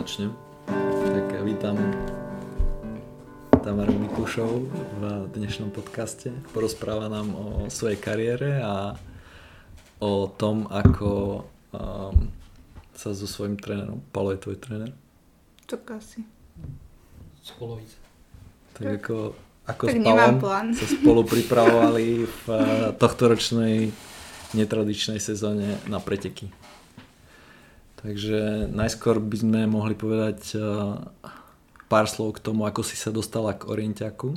začnem. Tak ja vítam Tamaru Mikušov v dnešnom podcaste. Porozpráva nám o svojej kariére a o tom, ako sa so svojím trénerom. Palo je tvoj tréner? Tak asi. Z polovice. Tak ako tak s Palom sa spolu pripravovali v tohtoročnej netradičnej sezóne na preteky. Takže najskôr by sme mohli povedať pár slov k tomu, ako si sa dostala k orientiaku.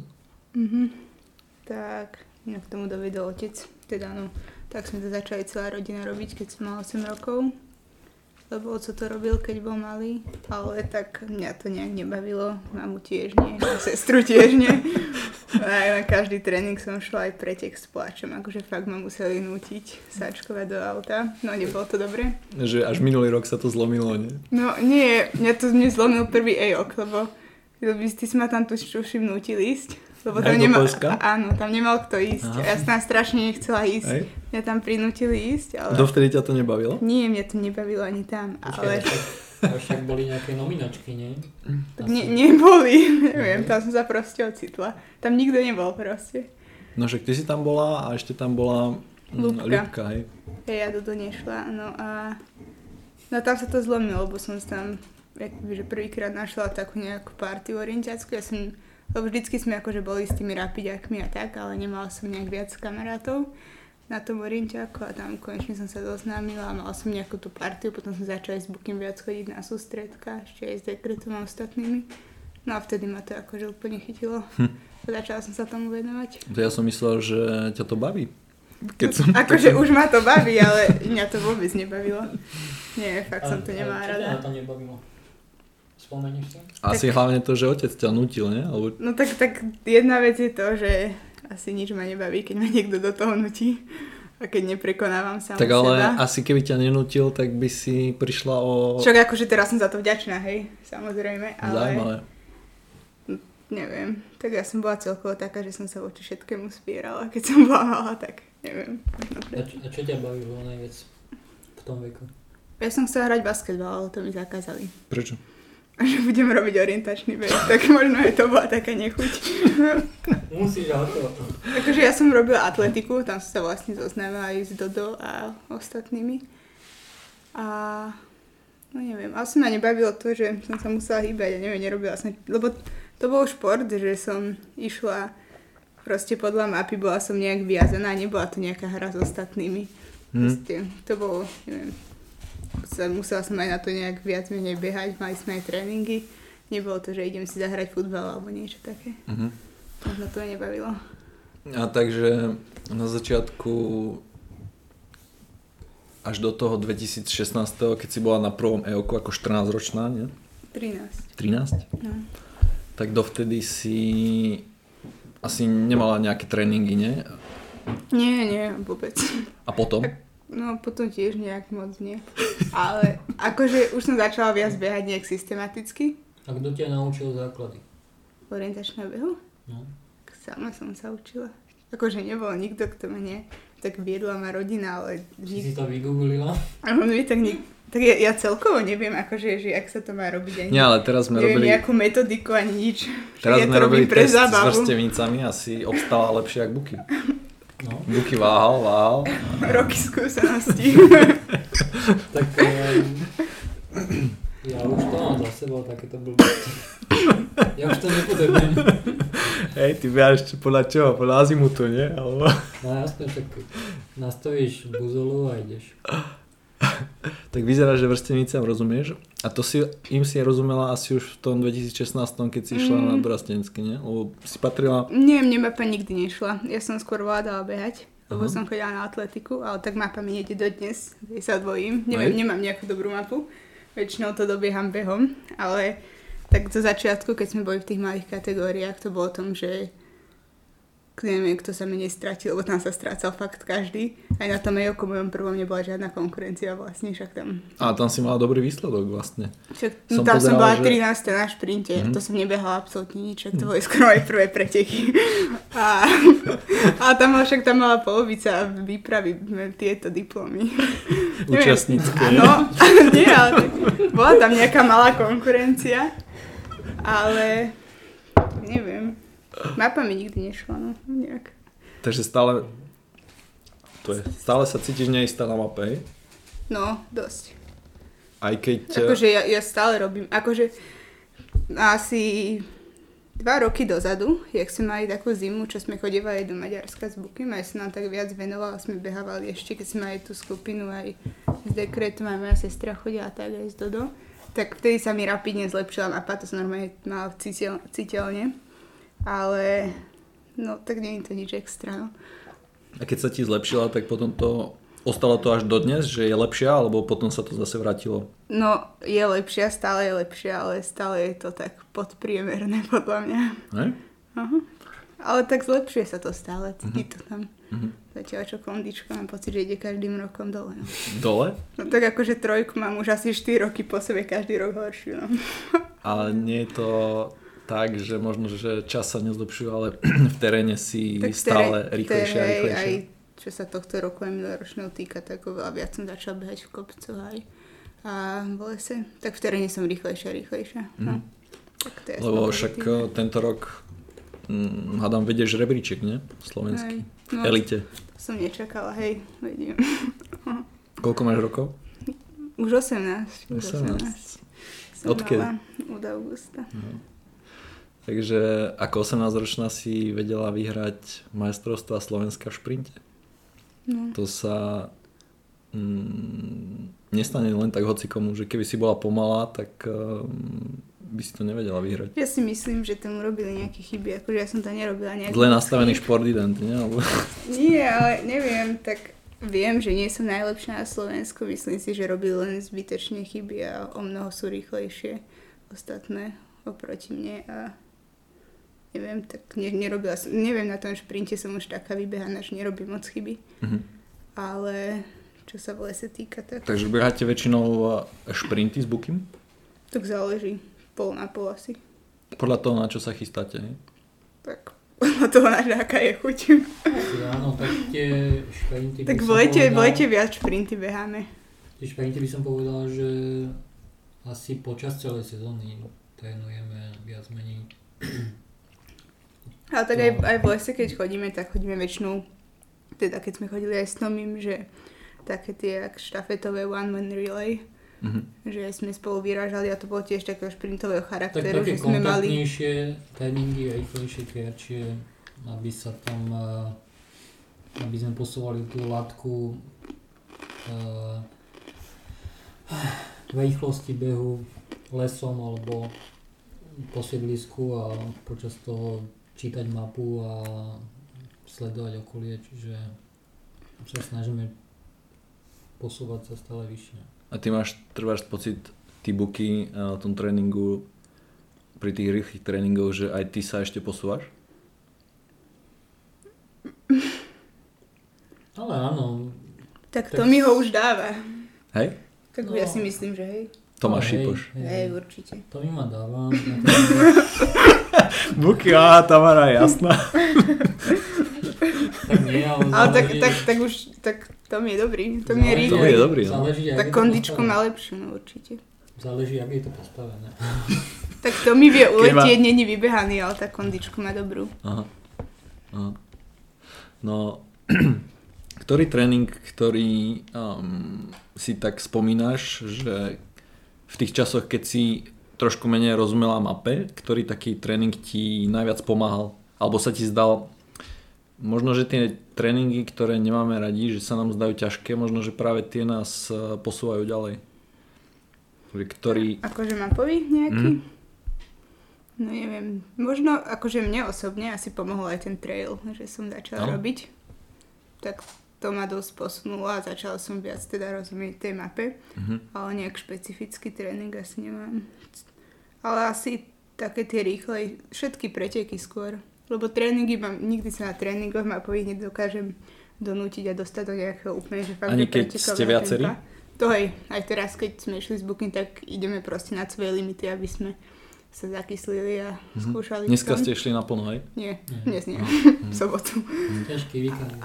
Tak, mňa k tomu dovedol otec. Teda no, tak sme to začali celá rodina robiť, keď som mala 8 rokov. Lebo oco to robil, keď bol malý. Ale tak mňa to nejak nebavilo. Mamu tiež nie, a sestru tiež nie. A na každý tréning som šla aj pretek s pláčom. Akože fakt ma museli nútiť sačkovať do auta. No nebolo to dobre. Že až minulý rok sa to zlomilo, nie? No nie, mne zlomil prvý EOK, lebo ty si ma tam tuším nútil ísť. Lebo tam áno, tam nemal kto ísť. Aha. Ja som tam strašne nechcela ísť. Hej. Mňa tam prinútili ísť, ale... Dovtedy ťa to nebavilo? Nie, mňa to nebavilo ani tam, ale... Však boli nejaké nominačky, nie? Tak neboli, neviem, tam som sa proste ocitla. Tam nikto nebol proste. No však ty si tam bola a ešte tam bola Ľubka, hej? Ja do toho nešla, no a... No tam sa to zlomilo, lebo som tam že prvýkrát našla takú nejakú partiu orientiackú. Ja som... Lebo vždycky sme akože boli s tými rapiďakmi a tak, ale nemala som nejak viac kamarátov na tom orientiaku a tam konečne som sa doznámila a mala som nejakú tú partiu, potom som začala s Bukým viac chodiť na sústredka, ešte aj s dekretom a ostatnými. No a vtedy ma to akože úplne chytilo. Začala som sa tomu venovať. To ja som myslel, že ťa to baví. Akože už ma to baví, ale mňa to vôbec nebavilo. Nie, fakt som to nemala rada. Čo to nebavilo? Spomenieš si? Asi tak, hlavne to, že otec ťa nutil, nie? Alebo... No tak jedna vec je to, že asi nič ma nebaví, keď ma niekto do toho nutí a keď neprekonávam samu tak ale seba. Asi keby ťa nenútil, tak by si prišla o... Však akože teraz som za to vďačná, hej, samozrejme, ale... Zaujímavé. Neviem, tak ja som bola celkovo taká, že som sa voči všetkému spierala, keď som bola malá, tak neviem. A čo ťa bavilo najviac v tom veku? Ja som chcela hrať basketbal, ale to mi zakázali. Prečo? Že budem robiť orientačný beh, tak možno aj to bola taká nechuť. Musíš ale to. Takže ja som robila atletiku, tam som sa vlastne zoznámila aj s Dodo a ostatnými. A no neviem, ale som ma nebavilo to, že som sa musela hýbať, ja neviem, nerobila som, lebo to bol šport, že som išla proste podľa mapy, bola som nejak viazaná, nebola to nejaká hra s ostatnými. Proste, to bolo, neviem, musela som aj na to nejak viac menej behať, mali sme aj tréningy. Nebolo to, že idem si zahrať futbal alebo niečo také. Možno to nebavilo. A takže na začiatku až do toho 2016, keď si bola na prvom EOku ako 14-ročná, nie? 13. 13? No. Tak dovtedy si asi nemala nejaké tréningy, nie? Nie, vôbec. A potom? No potom tiež nejak moc nie. Ale akože už som začala viac behať nejak systematicky. A kto ťa naučil základy? Orientačného behu? No. Sama som sa učila. Akože nebol nikto, kto ma tak viedla ma rodina, ale... Si to vygooglila? Tak ja celkovo neviem, akože, že jak sa to má robiť. Nie, ale teraz sme robili... nejakú metodiku ani nič. Teraz sme robili test s vrstevnicami a si obstála lepšie jak Buky. No. Buky váhal. Roky skúsenosti. Tak ja už to mám za sebou, takéto blbosti. Ja už to nepotrebujem. Hej, ty viaš podľa čoho? Podľa azimutu, nie? Alebo... No jasne, tak nastavíš buzolu a ideš. Tak vyzerá, že vrstevnicám rozumieš. A to im si rozumela asi už v tom 2016, keď si išla na dorastenské, nie? Lebo si patrila... Nie, mne mapa nikdy nešla. Ja som skôr vládala behať, lebo som chodila na atletiku, ale tak mapa mi nejde dodnes, keď sa dvojím. Neviem, nemám nejakú dobrú mapu. Väčšinou to dobieham behom, ale tak zo začiatku, keď sme boli v tých malých kategóriách, to bolo o tom, že neviem, kto sa menej stratil, lebo tam sa strácal fakt každý. Aj na tom Ejoko mojom prvom nebola žiadna konkurencia vlastne, však tam... A tam si mala dobrý výsledok vlastne. Však, tam som bola 13. na šprinte, to som nebehala absolútne nič, to boli skoro aj prvé preteky. A tam mala polovica výpravy tieto diplomy. Účastnícke. No, nie, ale tak, bola tam nejaká malá konkurencia, ale neviem. Mapa mi nikdy nešla, no, nejak. Takže stále sa cítiš neistá na mape, hej? No, dosť. Aj keď... Akože ja stále robím, akože asi 2 roky dozadu, jak sme mali takú zimu, čo sme chodívali do Maďarska s Bukim, aj sa nám tak viac venovala, sme behávali ešte, keď sme mali tú skupinu aj s dekretom, aj moja sestra chodila tak aj s Dodo, tak vtedy sa mi rapidne zlepšila mapa, to som normálne mala citeľne. Ale, no, tak nie je to nič extra, no. A keď sa ti zlepšila, tak potom to ostalo to až dodnes, že je lepšia, alebo potom sa to zase vrátilo? No, je lepšia, ale stále je to tak podpriemerné, podľa mňa. Hej? Aha. Ale tak zlepšuje sa to stále, cíti to tam. Zatiaľ čo kondička, mám pocit, že ide každým rokom dole. No. Dole? No tak akože 3 mám už asi 4 roky po sebe, každý rok horšiu, no. Ale nie je to... tak, že možno, že čas sa nezlepšuje, ale v teréne si tak stále rýchlejšie a rýchlejšie. Aj čo sa tohto roku aj minuloročného týka, tak oveľa viac som začala behať v kopcoch aj a v lese. Tak v teréne som rýchlejšia a rýchlejšia. No. Tak to je lebo však tento rok hádam vedieš rebríček, nie? Slovenský. No, Elite. To som nečakala, hej, vediem. Koľko máš rokov? Už 18. 18. Odkiaľ? Od augusta. No. Takže ako 18-ročná si vedela vyhrať majstrovstvá Slovenska v šprinte. No. To sa nestane len tak hocikomu, že keby si bola pomalá, tak by si to nevedela vyhrať. Ja si myslím, že tam urobili nejaké chyby, akože ja som to nerobila nejak... Zle nastavený športident, nie? Nie, ale neviem, tak viem, že nie som najlepšia na Slovensku, myslím si, že robili len zbytočne chyby a o mnoho sú rýchlejšie ostatné oproti mne a neviem, tak nerobila som, neviem, na tom šprinte som už taká vybehaná, že nerobím moc chyby. Ale čo sa v lese týka, tak... Takže beháte väčšinou šprinty s Bukim? Tak záleží, pol na pol asi. Podľa toho, na čo sa chystáte, hej? Tak podľa toho, na aká je chuť. Áno, tak tie šprinty... Tak v lete viac šprinty beháme. Tie šprinty by som povedal, že asi počas celej sezóny trénujeme viac menej. Ale tak aj v lese, keď chodíme, tak chodíme väčšinou, teda keď sme chodili aj s Tomím, že také tie štafetové one-man relay, že sme spolu vyrážali a to bolo tiež takého šprintového charakteru, že sme mali... Tak také kontaktnejšie tréningy, rýchlejšie, kratšie, aby sa tam, aby sme posúvali tú látku rýchlosti behu lesom alebo po sídlisku a počas toho čítať mapu a sledovať okolie, čiže sa snažíme posúvať sa stále vyššie. A ty trváš pocit, ty Buky na tom tréningu, pri tých rýchlych tréningoch, že aj ty sa ešte posúvaš? Ale áno. Tak to mi ho už dáva. Hej? Tak ja si myslím, že hej. Tomáš Šipoš. Hej, určite. To mi ma dáva. Buky, Tamara, jasná. Tak nie, ale tak už, tak to mi je dobrý. To mi je rýchlo. To mi je dobrý, no. Záleží, tak kondičku má lepšiu, no určite. Záleží, jak je to postavené. Tak to mi vie uletieť, není vybehaný, ale tá kondičku má dobrú. Aha. No, ktorý tréning, ktorý si tak spomínaš, že v tých časoch, keď si trošku menej rozumela mape, ktorý taký tréning ti najviac pomáhal? Alebo sa ti zdal, možno, že tie tréningy, ktoré nemáme radi, že sa nám zdajú ťažké, možno, že práve tie nás posúvajú ďalej? Ktorý... Akože mapový nejaký? No neviem, možno akože mne osobne asi pomohol aj ten trail, že som začala robiť. Tak to ma dosť posunulo a začala som viac teda rozumieť tej mape, ale nejak špecifický tréning asi nemám. Ale asi také tie rýchle, všetky preteky skôr. Lebo tréningy nikdy sa na tréningoch mapových nedokážem donútiť a dostať do nejakého úplne, že fakt, ani že keď ste viacerí? To hej, aj teraz, keď sme išli z Booking, tak ideme proste na svoje limity, aby sme sa zakyslili a skúšali. Dneska ste išli naplno, hej? Nie, dnes nie. V sobotu. Ťažký víkend.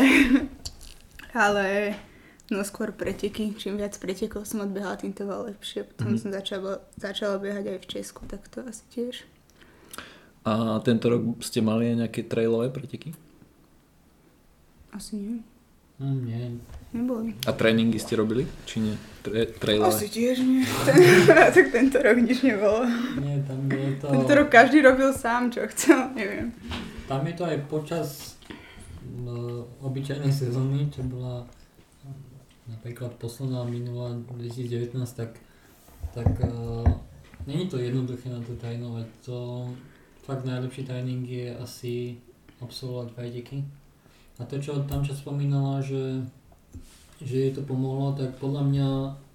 Ale no skôr preteky. Čím viac pretekov som odbehala, tým to bolo lepšie. Potom som začala behať aj v Česku, tak to asi tiež. A tento rok ste mali aj nejaké trailové preteky? Asi nie. Nie. Neboli. A tréningy ste robili? Či nie? Trailové? Asi tiež nie. Tak tento rok nič nebolo. Nie, tam je to... Tento rok každý robil sám, čo chcel, neviem. Tam je to aj počas obyčajnej sezóny, čo bola napríklad posledná minulá 2019, tak není to jednoduché na to trénovať. To fakt najlepší tréning je asi absolvovať preteky. A to, čo tam spomínala, že jej to pomohlo, tak podľa mňa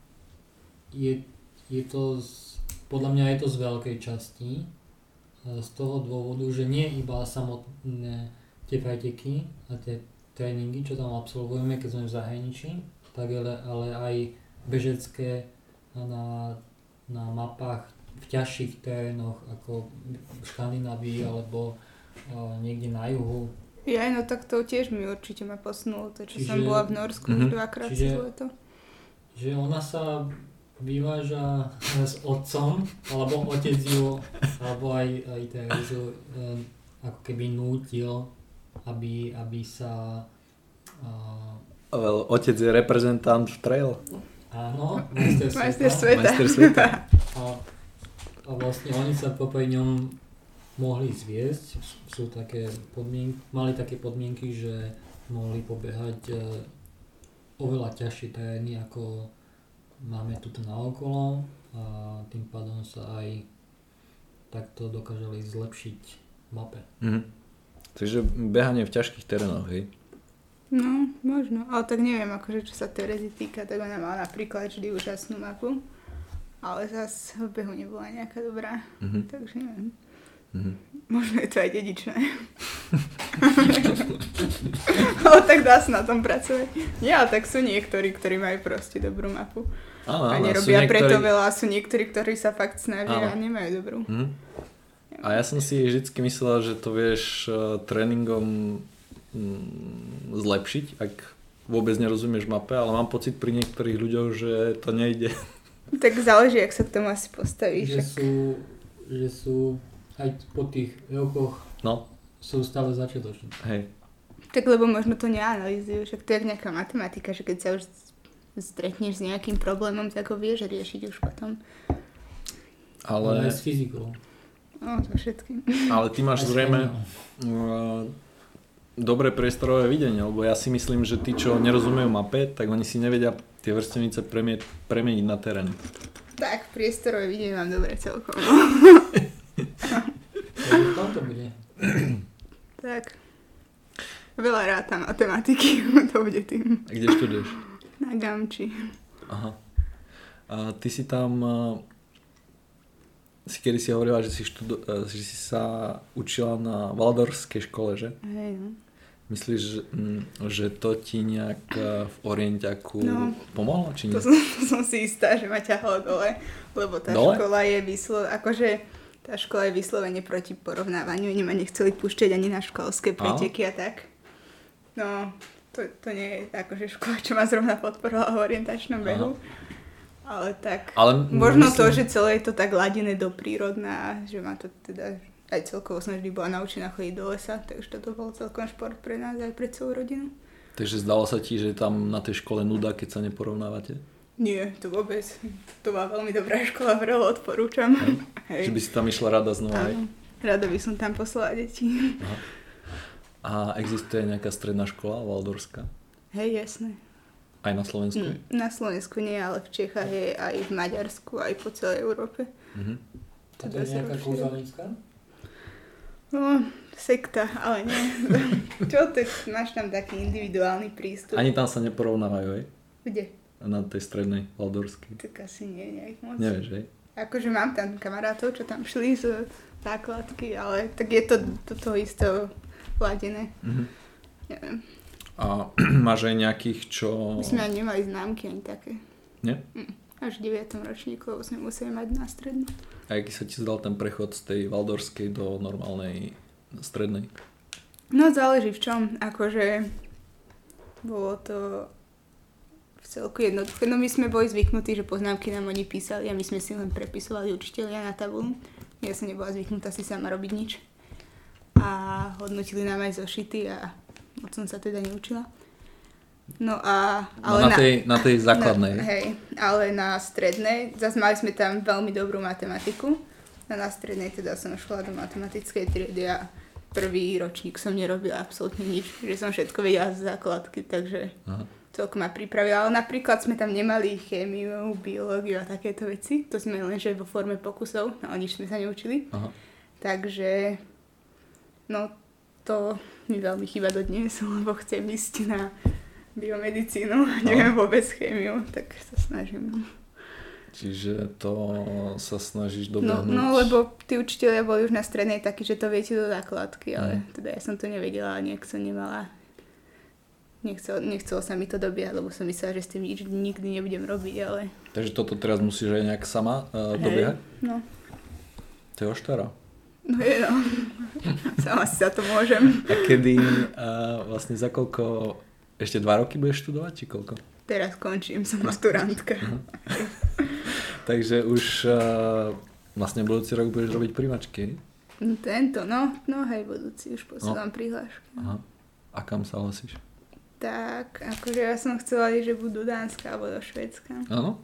je to z veľkej časti. Z toho dôvodu, že nie iba samotné tie preteky a tie tréningy, čo tam absolvujeme, keď sme v zahraničí, tak ale aj bežecké na mapách v ťažších terénoch ako v Škandinávii alebo niekde na juhu. Ja, no tak to tiež mi určite ma posunulo, to čo som bola v Norsku už dvakrát cez leto. Že ona sa vyváža s otcom, alebo otec ju, alebo aj Terezu ako keby nútil, aby sa... Otec je reprezentant v trail. Áno, majster sveta. A vlastne oni sa popri ňom mohli zviesť. Mali také podmienky, že mohli pobehať oveľa ťažšie terény, ako máme tuto naokolo, a tým pádom sa aj takto dokážali zlepšiť mape. Takže behanie v ťažkých terénoch, hej? No, možno. Ale tak neviem, akože čo sa Terezy týka, tak ona mala napríklad vždy úžasnú mapu. Ale zase v behu nebola nejaká dobrá. Takže neviem. Možno je to aj dedičné. Ale tak dá sa na tom pracovať. Nie, ale tak sú niektorí, ktorí majú proste dobrú mapu. A nerobia preto veľa. Sú niektorí, ktorí sa fakt snažia a nemajú dobrú. A ja som si vždycky myslel, že to vieš tréningom zlepšiť, ak vôbec nerozumieš mape, ale mám pocit pri niektorých ľuďoch, že to nejde. Tak záleží, jak sa k tomu asi postavíš. Že sú aj po tých rokoch sú stále začiatoční. Hej. Tak lebo možno to neanalýzujú, však to je nejaká matematika, že keď sa už stretneš s nejakým problémom, tak ho vieš riešiť už potom. Ale aj s fyzikou. No, to všetkým. Ale ty máš zrejme dobré priestorové videnie, lebo ja si myslím, že tí, čo nerozumejú mape, tak oni si nevedia tie vrstevnice premeniť na terén. Tak, priestorové videnie mám dobre celkom. To bude. Tak. Veľa ráta matematiky, to bude tým. A kde študuješ? Na Gamči. Aha. A ty si tam... kedy si hovorila, že si sa učila na Valdorskej škole, že? Hej, no. Myslíš, že to ti nejak v Orienťaku pomohlo, či nie? To som si istá, že ma ťahalo dole, lebo tá škola je tá škola je vyslovene proti porovnávaniu, oni ma nechceli púšťať ani na školské preteky a tak. No, to nie je akože škola, čo ma zrovna podporovala v orientačnom behu. Ale tak, možno to, že celé je to tak ladené do prírodná, že ma to teda, aj celkovo som vždy bola naučená chodiť do lesa, takže toto bol celkom šport pre nás aj pre celú rodinu. Takže zdalo sa ti, že tam na tej škole nuda, keď sa neporovnávate? Nie, to vôbec. To bola veľmi dobrá škola, veľmi odporúčam. Hej. Že by si tam išla rada znova, hej? Rada by som tam poslala deti. Aha. A existuje nejaká stredná škola valdorská? Hej, jasné. Aj na Slovensku? Na Slovensku nie, ale v Čechách je aj v Maďarsku, aj po celej Európe. A to je nejaká kúzelnícka? No, sekta, ale nie. Čo ty, máš tam taký individuálny prístup? Ani tam sa neporovnávajú, hej? Kde? Na tej strednej valdorskej. Tak asi nie, nejak moc. Nevieš, hej? akože mám tam kamarátov, čo tam šli z základky, ale tak je to isto ladené. Neviem. A máš aj nejakých, čo... My sme ani nemali známky ani také. Nie? Až v 9. ročníku, lebo sme museli mať na strednú. A aký sa ti zdal ten prechod z tej waldorskej do normálnej strednej? No záleží v čom, akože bolo to v celku jednoduché. No my sme boli zvyknutí, že poznámky nám oni písali a my sme si len prepisovali učitelia na tabulu. Ja som nebola zvyknutá si sama robiť nič. A hodnotili nám aj zošity a moc som sa teda neučila. No a... Ale na tej základnej. Hej, ale na strednej, zase mali sme tam veľmi dobrú matematiku. A na strednej teda som šla do matematickej triedy a prvý ročník som nerobila absolútne nič. Že som všetko vedela z základky, takže celkom ma pripravila. Ale napríklad sme tam nemali chémiu, biológiu a takéto veci. To sme lenže vo forme pokusov, ale nič sme sa neučili. Aha. Takže no to mi veľmi chýba dodnes, lebo chcem ísť na biomedicínu a neviem vôbec chémiu, tak sa snažím. Čiže to sa snažíš dobehnúť? No lebo tí učitelia boli už na strednej takí, že to viete do základky, ale teda ja som to nevedela a nejak som nemala. Nechcelo sa mi to dobiehať, lebo som myslela, že s tým nič nikdy nebudem robiť, ale... Takže toto teraz musíš aj nejak sama dobiehať? No. To je oštara. No je no. Sama si za to môžem. A kedy vlastne za koľko... Ešte 2 roky budeš študovať, či koľko? Teraz končím, som maturantka. Takže už vlastne budúci rok budeš robiť prijímačky? No hej, budúci už posielam prihlášky. Aha. A kam sa hlasíš? Tak, akože ja som chcela ísť, že budú do Dánska alebo do Švédska. Áno?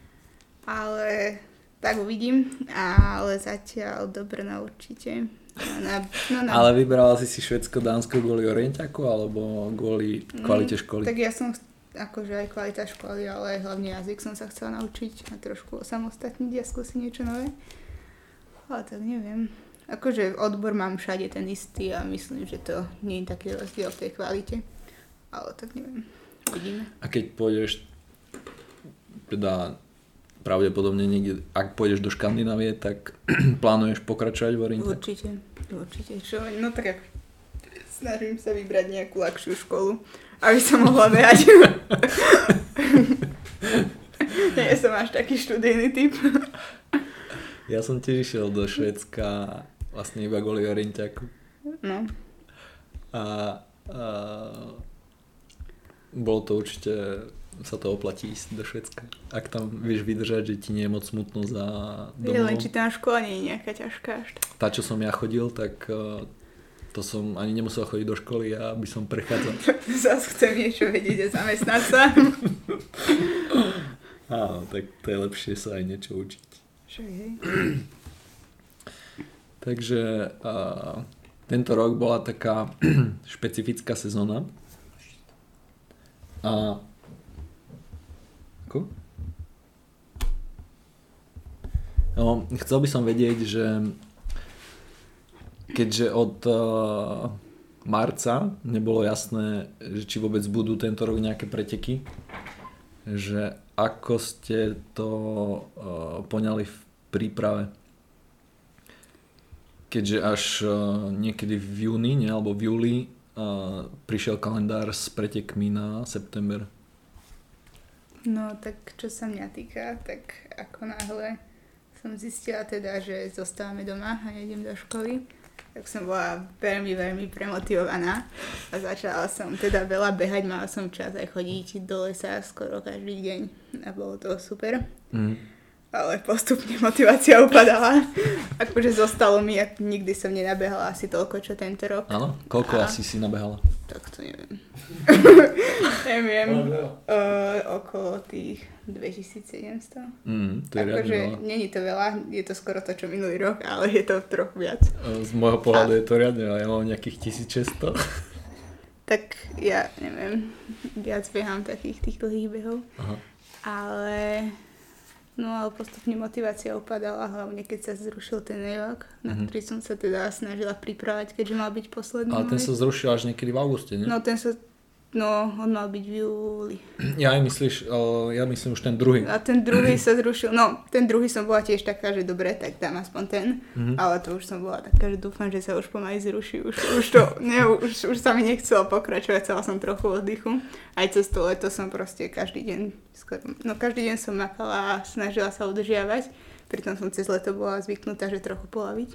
Ale tak uvidím, ale zatiaľ Dobrna určite. Ale vybrala si Švédsko, Dánsko kvôli orienťaku alebo kvôli kvalite školy? Tak ja som akože aj kvalita školy, ale hlavne jazyk som sa chcela naučiť a trošku osamostatniť a skúsiť niečo nové. Ale tak neviem. Akože odbor mám všade ten istý a myslím, že to nie je taký rozdiel v tej kvalite. Ale tak neviem. Uvidíme. A keď pôjdeš teda pravdepodobne niekde, ak pôjdeš do Škandinávie, tak plánuješ pokračovať v orientáku? Určite. No tak snažím sa vybrať nejakú ľahšiu školu, aby som mohla behať. Nie som až taký študijný typ. Ja som tiež išiel do Švédska vlastne iba kvôli orientáku. No. A bolo to určite, sa to oplatí ísť do Švédska. Ak tam vieš vydržať, že ti nie je moc smutno za domov. Len či tá škola nie je nejaká ťažká. Tá, čo som ja chodil, tak to som ani nemusel chodiť do školy a by som prechádzal. Zas chcem niečo vedieť a zamestnať sa. Áno, tak to je lepšie sa aj niečo učiť. Však hej. Takže tento rok bola taká špecifická sezóna. A ako? No, chcel by som vedieť, že keďže od marca nebolo jasné, že či vôbec budú tento rok nejaké preteky, že ako ste to poňali v príprave. Keďže až niekedy v júni, alebo v júli prišiel kalendár s pretekmi na september. No tak čo sa mňa týka, tak ako náhle som zistila teda, že zostávame doma a nejdem do školy, tak som bola veľmi, veľmi premotivovaná a začala som teda veľa behať, mala som čas aj chodiť do lesa skoro každý deň a bolo to super. Ale postupne motivácia upadala. Akože zostalo mi, nikdy som nenabehala asi toľko, čo tento rok. Áno? Koľko asi si nabehala? Tak to neviem. Neviem. Okolo tých 2700. To je akože není to veľa, je to skoro to, čo minulý rok, ale je to trochu viac. Z môjho pohľadu je to riadne, ale ja mám nejakých 1600. Tak ja neviem, viac behám takých tých dlhých behov. Aha. Ale postupne motivácia upadala, hlavne keď sa zrušil ten rok, na ktorý som sa teda snažila pripravať, keďže mal byť posledný. Ale ten sa zrušil až niekedy v auguste, nie? No ten sa No, on mal byť v júli. Ja myslím už ten druhý. A ten druhý sa zrušil. No, ten druhý som bola tiež taká, že dobre, tak dám aspoň ten. Ale to už som bola taká, že dúfam, že sa už pomaly zruší. Už sa mi nechcelo pokračovať, chcela som trochu oddychu. Aj cez to leto som proste každý deň som makala a snažila sa udržiavať. Pritom som cez leto bola zvyknutá, že trochu polaviť.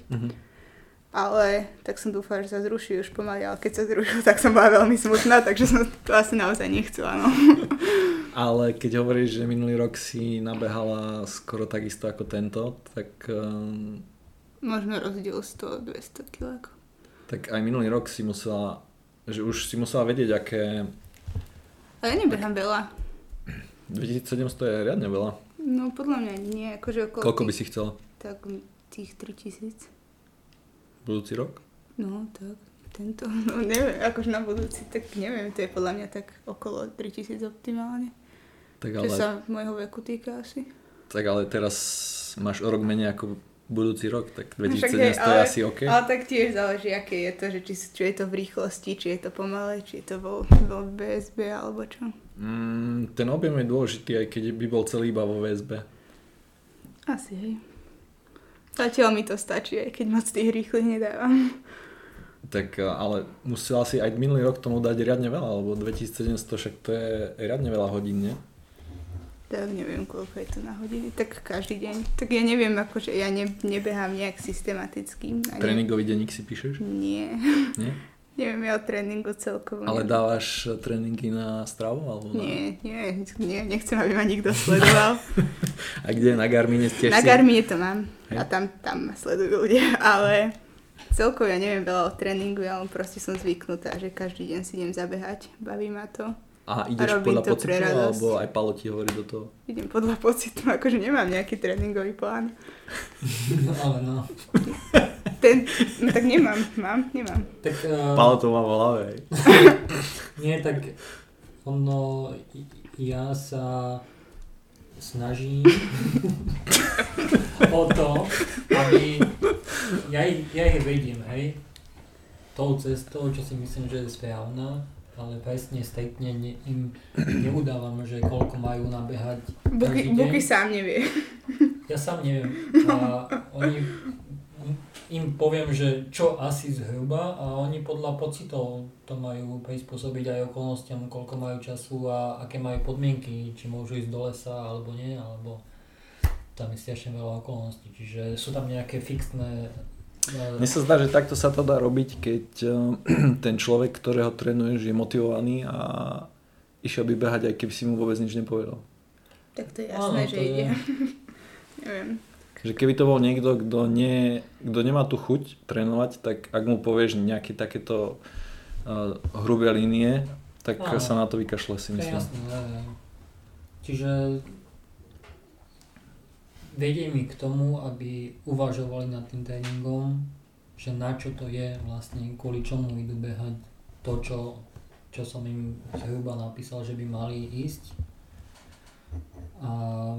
Ale tak som dúfala, že sa zruší už pomaly, ale keď sa zrušil, tak som bola veľmi smutná, takže som to asi naozaj nechcela. No. Ale keď hovoríš, že minulý rok si nabehala skoro takisto ako tento, tak... Možno rozdiel 100-200 kg. Tak aj minulý rok si musela, že už si musela vedieť, aké... Ale ja nebehám veľa. 2700 je riadne veľa. No podľa mňa nie, akože okolo... Koľko by si chcela? Tak tých 3000. Budúci rok? No, tak tento, no neviem, akože na budúci, tak neviem, to je podľa mňa tak okolo 3000 optimálne. Tak ale... Čo sa môjho veku týka asi. Tak ale teraz máš o rok menej ako budúci rok, tak 2700 je asi OK. Ale tak tiež záleží, aké je to, že či je to v rýchlosti, či je to pomalé, či je to vo VSB alebo čo. Ten objem je dôležitý, aj keď by bol celý iba vo VSB. Asi hej. Zatiaľ mi to stačí, aj keď moc tých rýchlych nedávam. Tak ale musela si aj minulý rok tomu dať riadne veľa, lebo 2700 však to je riadne veľa hodín, nie? Tak neviem, koľko je to na hodiny, tak každý deň. Tak ja neviem, akože ja nebehám nejak systematicky. Tréningový denník si píšeš? Nie. Nie? Neviem ja o tréningu celkovo. Ale dávaš tréningy na stravu? Alebo Nie, nechcem, aby ma nikto sledoval. A kde? Na Garmine tiež Na Garmine to mám. Hej. A tam ma sledujú ľudia, ale celkovo ja neviem veľa o tréningu, ja proste som zvyknutá, že každý deň si idem zabehať, baví ma to. A ideš podľa pocitu, alebo aj Palo ti hovorí do toho? Idem podľa pocitu, akože nemám nejaký tréningový plán. No ale no. No tak nemám. Tak, Palo to má v hlave. Nie, tak ono, ja sa snažím o to, aby ja ich vediem, hej, tou cestou, čo si myslím, že je správna, ale presne striktne im neudávam, že koľko majú nabehať každý deň. Buky sám nevie. Ja sám neviem. A im poviem, že čo asi zhruba a oni podľa pocitov to majú prispôsobiť aj okolnostiam, koľko majú času a aké majú podmienky, či môžu ísť do lesa alebo nie, alebo tam je strašne veľa okolností, čiže sú tam nejaké fixné... Mne sa zdá, že takto sa to dá robiť, keď ten človek, ktorého trénuješ, je motivovaný a išiel by behať, aj keby si mu vôbec nič nepovedal. Tak to je jasné, že ide. Neviem. Že keby to bol niekto, kto nemá tú chuť trénovať, tak ak mu povieš nejaké takéto hrubé línie, tak sa na to vykašle, si myslím. Jasné, čiže vedie mi k tomu, aby uvažovali nad tým tréningom, že na čo to je vlastne, kvôli čomu idú behať to, čo som im zhruba napísal, že by mali ísť. A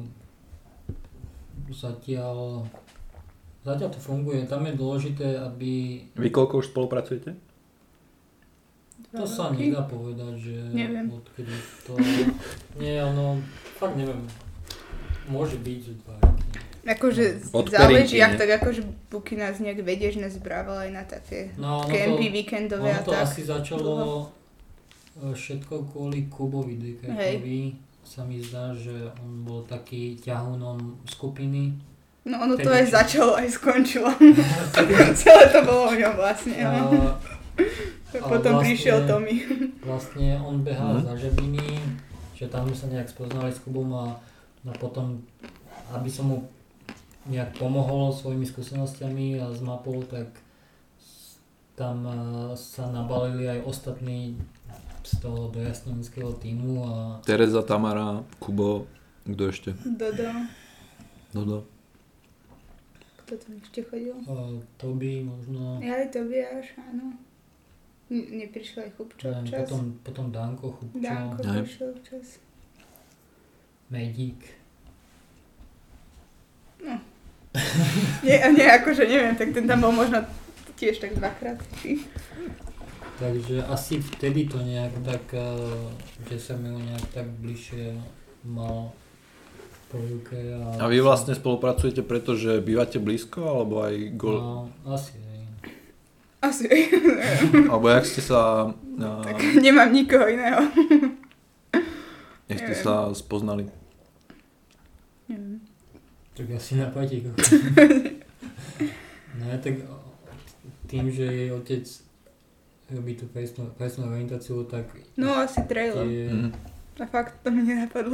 zatiaľ to funguje. Tam je dôležité, aby... Vy koľko už spolupracujete? To sa nedá povedať, že... Neviem. Odkedy to... Nie, fakt neviem. Môže byť, že 2 roky. Akože záleží, tak akože Buky nás nejak vedie, že nás brával aj na také kempy víkendové a tak. Ono to asi začalo všetko kvôli Kubovi Dekertovi. Sa mi zdá, že on bol taký ťahunom skupiny. No ono to aj začalo, aj skončilo. Celé to bolo o ňom vlastne. Potom vlastne, prišiel Tommy. Vlastne on behal za Žebiny, že tam sa nejak spoznali s Kubom a potom, aby som mu nejak pomohol svojimi skúsenostiami a s mapou, tak tam sa nabalili aj ostatní z toho dojasnenického tímu a... Tereza, Tamara, Kubo, kto ešte? Dodo. Kto tam ešte chodil? Toby možno. Ja aj Tobiáš, áno. Neprišiel aj Chubčo včas. Potom Danko, Chubčo. Danko prišiel včas. Medík. No. Nie, akože neviem, tak ten tam bol možno tiež tak 2-krát. Takže asi vtedy to nejak tak, že sa mi ho nejak tak bližšie mal po ruke. A vy vlastne spolupracujete preto, že bývate blízko, alebo aj No, asi hej. Asi. Alebo jak ste sa... Tak nemám nikoho iného. Jak ste sa spoznali? Neviem. Tak asi na patíku. No ja tak tým, že jej otec robí tú presnú orientáciu, tak... No asi trail. A fakt to mi nenapadlo.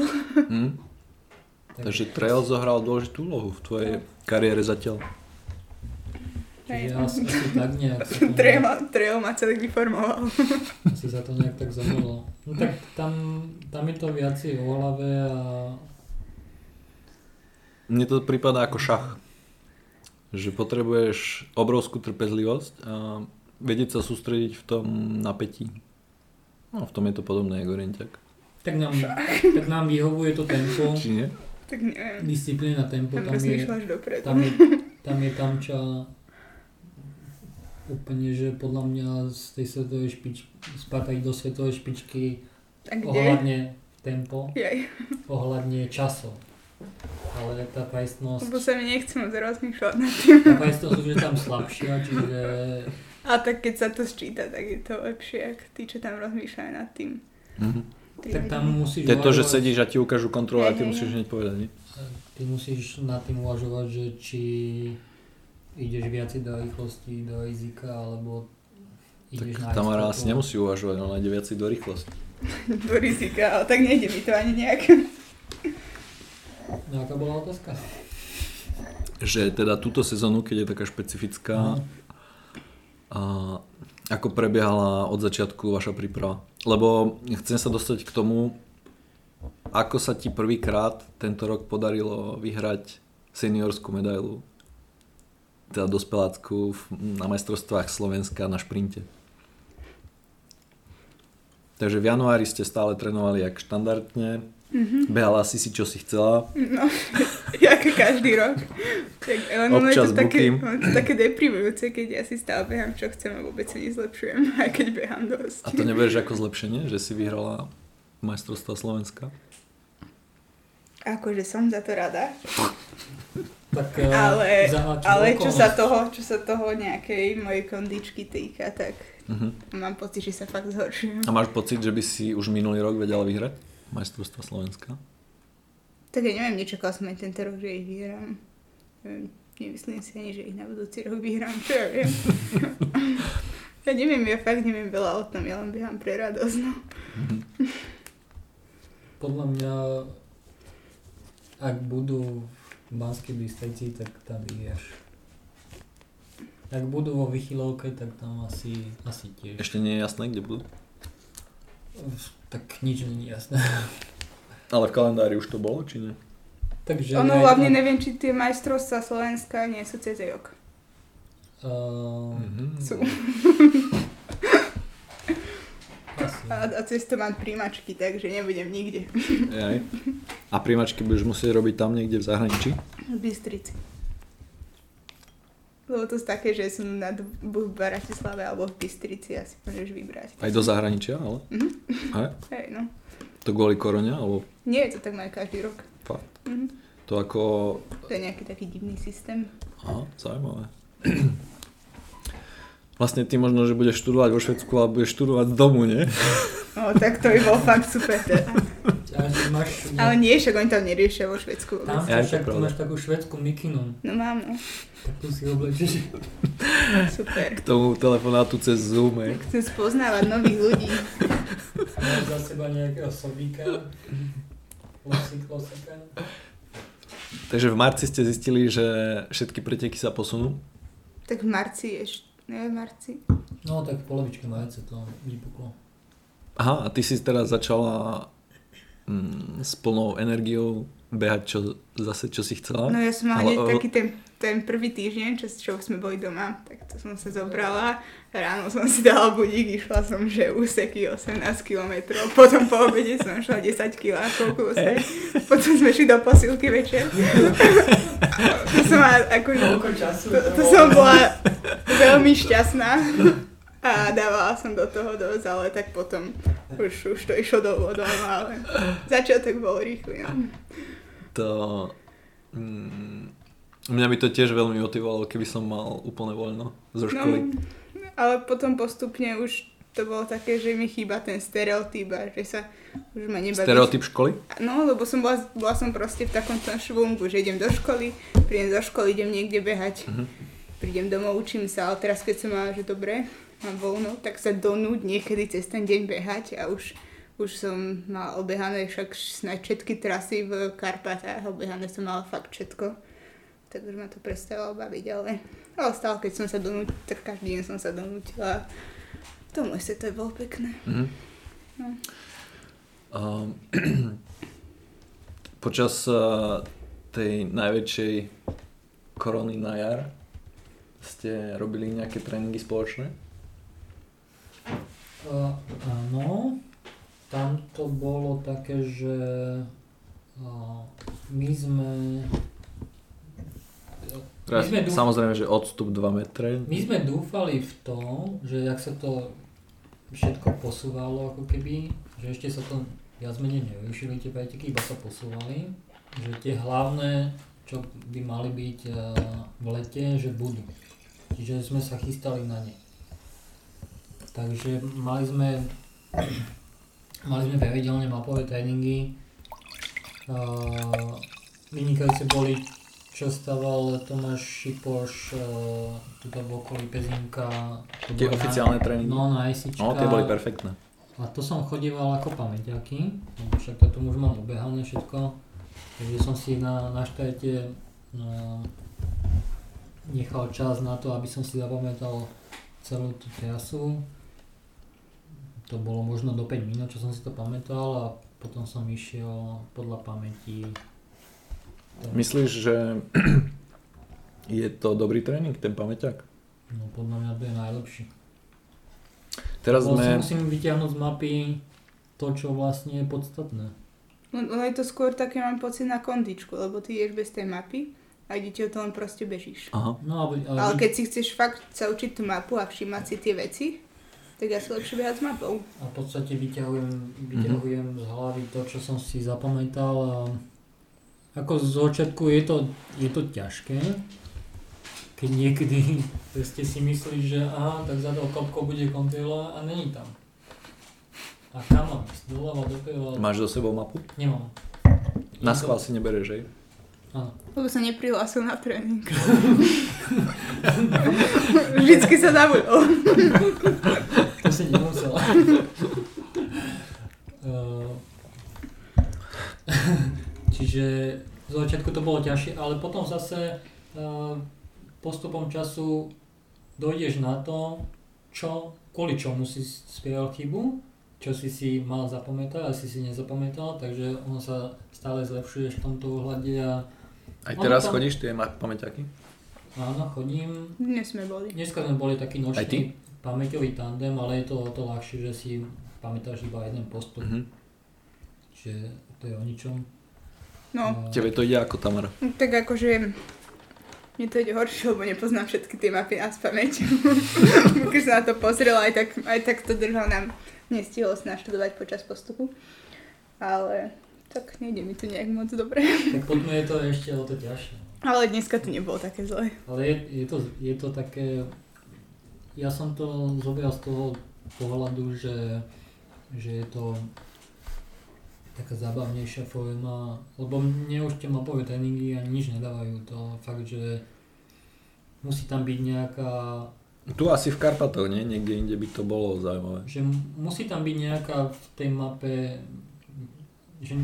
Takže trail zohral dôležitú úlohu v tvojej kariére zatiaľ. Čiže asi tak nejak sa to Trail ma celý vyformoval. asi sa to nejak tak zabolo. No tak tam je to viacej o hlave a... Mne to prípada ako šach. Že potrebuješ obrovskú trpezlivosť a vedieť sa sústrediť v tom napätí. No v tom je to podobné ako orienťak. Tak nám vyhovuje to tempo. Či nie? Tak neviem. Disciplína tempo. Tam rozmýšľaš dopredu. Tam je tamča úplne, že podľa mňa z tej svetovej špičky spátajú do svetovej špičky ohľadne tempo, ohľadne časov. Ale tá prajstnosť... Lebo sa mi nechce moc rozmýšľať nad tým. Tá prajstnosť už je tam slabšia, čiže... A tak keď sa to sčíta, tak je to lepšie, ako tí, čo tam rozmýšľajú nad tým. Tak tam musíš to je to, že sedíš a ti ukážu kontrolu a ty musíš hneď povedať, nie? Ty musíš nad tým uvažovať, že či ideš viac do rýchlosti, do rizika, alebo ideš na... Tak Tamara asi nemusí uvažovať, ona ide viac do rýchlosti. Do rizika, ale tak nejde mi to ani nejak. No aká bola otázka? Že teda túto sezónu, keď je taká špecifická, ako prebiehala od začiatku vaša príprava? Lebo chcem sa dostať k tomu, ako sa ti prvýkrát tento rok podarilo vyhrať seniorskú medailu, teda dospelácku na majstrovstvách Slovenska na šprinte. Takže v januári ste stále trénovali jak štandardne, behala si čo si chcela. No, ako každý rok. Tak, ale občas je to také deprimujúce, keď ja si stále behám čo chcem a vôbec sa nezlepšujem, aj keď behám dosť. A to neberieš ako zlepšenie, že si vyhrala majstrovstvá Slovenska? Akože som za to rada. Tak, ale čo sa toho nejakej mojej kondičky týka, tak mám pocit, že sa fakt zhoršujem. A máš pocit, že by si už minulý rok vedela vyhrať majstrovstvá Slovenska? Tak ja neviem, nečakal som aj tento rok, že ich vyhrám. Nemyslím si ani, že ich na budúci rok vyhrám, čo ja viem. Ja fakt neviem veľa o tom, ja len behám pre radosť, no. Podľa mňa, ak budú v Banskej Bystrici, tak tam vyhráš. Ak budú vo Vychylovke, tak tam asi tiež. Ešte nie je jasné, kde budú? Tak nič nie je jasné. Ale v kalendári už to bolo, či nie? Takže ono hlavne neviem, či tie majstrovstvá Slovenska nie sú cez rok. Sú. A cez to mám príjmačky, takže nebudem nikde. A príjmačky budeš musieť robiť tam niekde v zahraničí? V Bystrici. Lebo to je také, že som buď v Bratislave alebo v Bystrici, asi môžeš vybrať. Aj do zahraničia, ale? Hej, no. To kvôli korone, alebo? Nie, to tak majú každý rok. Fakt. To ako... To je nejaký taký divný systém. Aha, zaujímavé. Vlastne ty možno, že budeš študovať vo Švédsku, ale budeš študovať z domu, nie? No, tak to by bol fakt super teda. Ale nie, však oni tam neriešia vo Švédsku. Tam však máš takú švédsku mikinu. No mám, no. Tak tu si oblečíš. Super. K tomu telefonátu cez Zoom, Chcem spoznávať nových ľudí. Máš za seba nejakého sobíka. Losika. Takže v marci ste zistili, že všetky preteky sa posunú? Tak v marci ešte. Neviem, marci. No tak v polovičke marca to vypuklo. Aha, a ty si teraz začala s plnou energiou behať čo si chcela? No ja som mala taký ten prvý týždeň, čo sme boli doma, tak to som sa zobrala. Ráno som si dala budík, išla som, že úseky 18 km, potom po obede som šla 10 km kúsek, potom sme šli do posilky večer. To som bola veľmi šťastná. A dávala som do toho dosť, ale tak potom už to išlo do vodom, ale začiatok bol rýchly. No. Mňa by to tiež veľmi motivovalo, keby som mal úplne voľno zo školy. No, ale potom postupne už to bolo také, že mi chýba ten stereotyp a že sa už ma nebaví. Stereotyp školy? No, lebo bola som proste v takom tom švungu, že idem do školy, prídem zo školy, idem niekde behať, prídem domov, učím sa, ale teraz keď som mala, že dobre, mám voľno, tak sa donúť niekedy cez ten deň behať a už som mala obehané však snáď všetky trasy v Karpatách, obehané som mala fakt všetko. Tak už ma to prestalo baviť, ale stále keď som sa donútila, tak každý deň som sa donútila. To môj to je bolo pekné. No. Počas tej najväčšej korony na jar ste robili nejaké tréningy spoločné? Áno, tam to bolo také, že my sme samozrejme, že odstup 2 metre. My sme dúfali v to, že ak sa to všetko posúvalo ako keby, že ešte sa to viac menej nevyšili tie preteky, iba sa posúvali, že tie hlavné, čo by mali byť v lete, že budú. Čiže sme sa chystali na ne. Takže mali sme pravidelne mapové tréningy. Vynikajúce boli, čo stával Tomáš Šipoš, tuto v okolí Pezinka. Tie oficiálne tréningy? No, na ICčka. No, tie boli perfektné. A to som chodieval ako pamäťaky, lebo však toto už mám obehané všetko. Takže som si na štarte nechal čas na to, aby som si zapamätal celú tú trasu. To bolo možno do 5 minút, čo som si to pamätal a potom som išiel podľa pamäti. Myslíš, že je to dobrý tréning, ten pamäťak? No podľa mňa to je najlepší. Teraz musím vyťahnuť z mapy to, čo vlastne je podstatné. No je to skôr také, mám pocit, na kondičku, lebo ty ideš bez tej mapy a idete o to len proste bežíš. Aha. No, ale keď si chceš fakt sa učiť tú mapu a všímať si tie veci, tak asi lepšie behať s mapou. A v podstate vyťahujem z hlavy to, čo som si zapamätal a ako z začiatku je to ťažké, keď niekedy si myslíš, že aha, tak za tou kopkou bude kontrola a není tam. A kam mám ísť? Doľava, doprava? Máš so sebou mapu? Nemám. Na schvál si nebereš, že? Áno. Lebo sa neprihlásil na tréning. Vždycky sa zabudol. To si nemusel. Čiže z začiatku to bolo ťažšie, ale potom zase postupom času dojdeš na to, kvôli čomu si spravil chybu, čo si mal zapamätať, ale si nezapamätal, takže on sa stále zlepšuješ v tomto ohľade a aj teraz chodíš tie pamäťaky? Áno, chodím. Dneska sme boli taký nočný pamäťový tandem, ale je to o to ľahšie, že si pamätáš iba jeden postup. Čiže to je o ničom. No. Tebe to ide ako, Tamara? Tak akože mne to ide horšie, lebo nepoznám všetky tie mapy na spamäť. Keď som na to pozrela, aj tak to držal nám. Nestihol sa naštudovať počas postupu. Ale tak nejde mi to nejak moc dobre. Tak potom je to ešte o to ťažšie. Ale dneska to nebolo také zlé. Ale je to také. Ja som to zobral z toho pohľadu, že je to taká zábavnejšia forma, lebo mne už tie mapové tréningy ani nič nedávajú. To fakt, že musí tam byť nejaká. Tu asi v Karpatoch, nie? Niekde inde by to bolo zaujímavé. Že musí tam byť nejaká v tej mape, že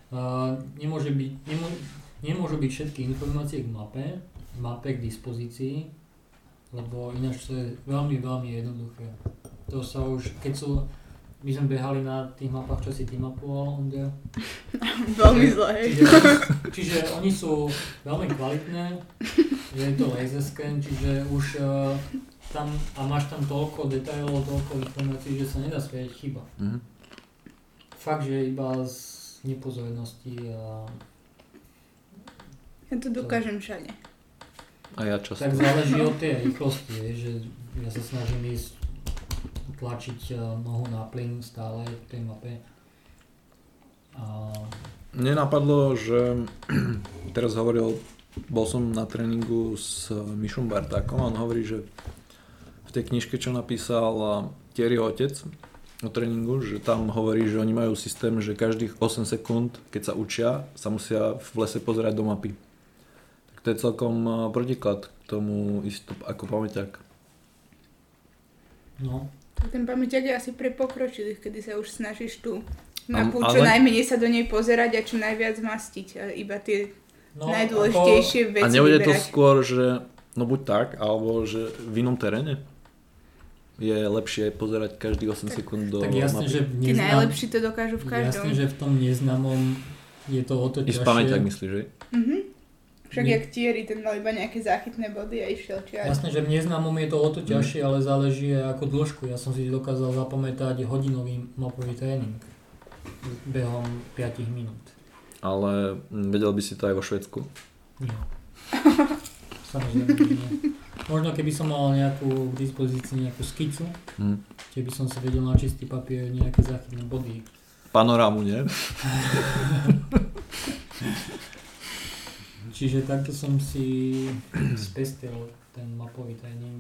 nemôžu byť všetky informácie k mape k dispozícii, lebo ináč to je veľmi, veľmi jednoduché. To sa už, my sme behali na tých mapách, čo si ty mapoval, Ondra. Veľmi zle. Čiže oni sú veľmi kvalitné, je to laser scan, čiže už tam a máš tam toľko detailov, toľko informácií, že sa nedá spraviť chyba. Fakt, že iba z nepozornosti a... Ja to dokážem všade. A ja často. Tak záleží od tej rýchlosti, že ja sa snažím ísť tlačiť nohu na plyn stále v tej mape. A... Mne napadlo, že teraz bol som na tréningu s Mišom Bartákom a on hovorí, že v tej knižke, čo napísal Thierryho otec o tréningu, že tam hovorí, že oni majú systém, že každých 8 sekúnd, keď sa učia, sa musia v lese pozerať do mapy. Tak to je celkom protiklad k tomu isto ako pamäťák. No. Ten pamäťák je asi pre pokročilých, kedy sa už snažíš tú mapu čo najmenej sa do nej pozerať a čo najviac mastiť. A iba tie najdôležitejšie veci vyberať. A nebude to vyberať. skôr, že no buď tak, alebo že v inom teréne je lepšie pozerať každých 8 sekúnd do tak jasne, mapy. že Tí najlepší to dokážu v každom. Jasne, že v tom neznámom je to o to ťažšie. I pamäťák myslíš, že? Však jak Thierry, ten mal iba nejaké záchytné body a išiel čiar. Jasne, že v neznámom je to o to ťažšie, ale záleží ako dĺžku. Ja som si dokázal zapamätať hodinový mapový tréning behom 5 minút. Ale vedel by si to aj vo Švédsku? Nie. Samozrejme nie. Možno keby som mal nejakú k dispozícii nejakú skicu, kde by som si vedel na čistý papier nejaké záchytné body. Panorámu, nie? Čiže takto som si spestil ten mapový tréning.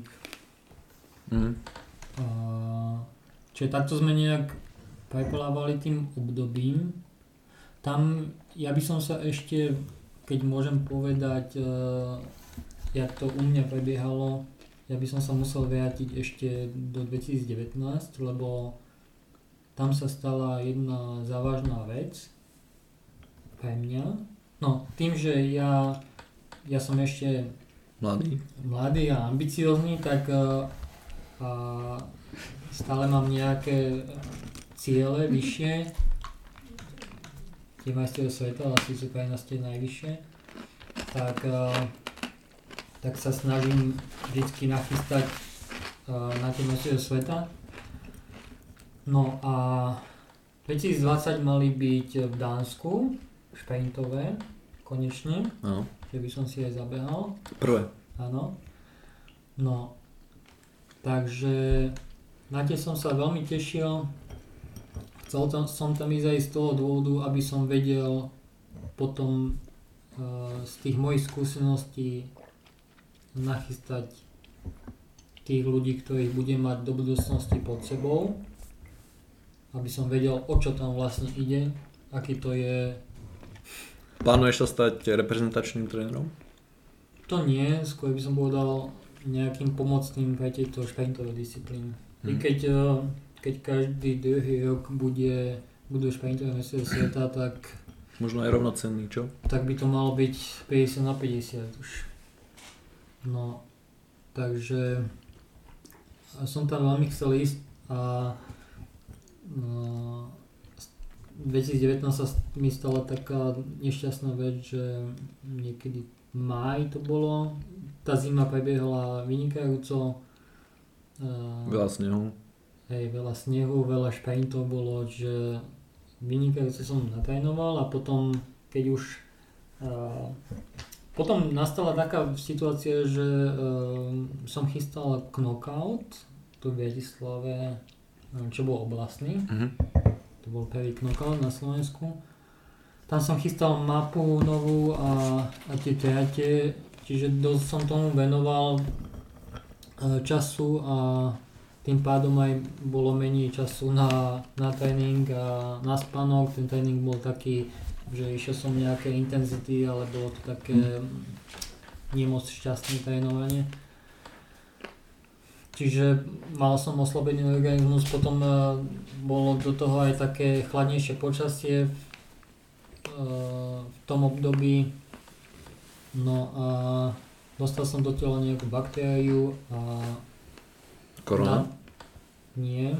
Čiže takto sme nejak preplavali tým obdobím. Tam ja by som sa ešte, keď môžem povedať, jak to u mňa prebiehalo, ja by som sa musel vrátiť ešte do 2019, lebo tam sa stala jedna závažná vec pre mňa. No, tým, že ja som ešte mladý a ambiciózny, tak stále mám nejaké ciele vyššie. Tie majstrovstvá sveta, asi sú pre nás tie najvyššie. Tak sa snažím vždycky nachystať na tie majstrovstvá sveta. No a 2020 mali byť v Dánsku, šprintové, konečne, že by som si aj zabehal. Prvé. Áno. No, takže na tie som sa veľmi tešil. Chcel som tam ísť aj z toho dôvodu, aby som vedel potom z tých mojich skúseností nachystať tých ľudí, ktorých budem mať do budúcnosti pod sebou. Aby som vedel, o čo tam vlastne ide, aký to je. Plánuješ sa stať reprezentačným trénerom? To nie, skôr by som povedal nejakým pomocným pre tieto šprintové disciplíny. I keď každý druhý rok budú šprintové majstrovstvá sveta, tak možno aj rovnocenný, čo? Tak by to malo byť 50/50 už. No, takže som tam veľmi chcel ísť a 2019 sa mi stala taká nešťastná vec, že niekedy v máji to bolo, tá zima prebiehala vynikajúco. Veľa snehu. Veľa snehu, veľa šprintov bolo, že vynikajúco som natrénoval a potom, keď už potom nastala taká situácia, že som chystal knockout tu v Bratislave, čo bol oblastný. To bol prvý knockout na Slovensku. Tam som chystal mapu novú a tie trate, čiže dosť som tomu venoval času a tým pádom aj bolo menej času na tréning a na spánok. Ten tréning bol taký, že išiel som nejaké intenzity, ale bolo to také nemoc šťastné trénovanie. Čiže mal som oslabený organizmus, potom bolo do toho aj také chladnejšie počasie v tom období. No a dostal som do tela nejakú baktériu a... Korona? Nie.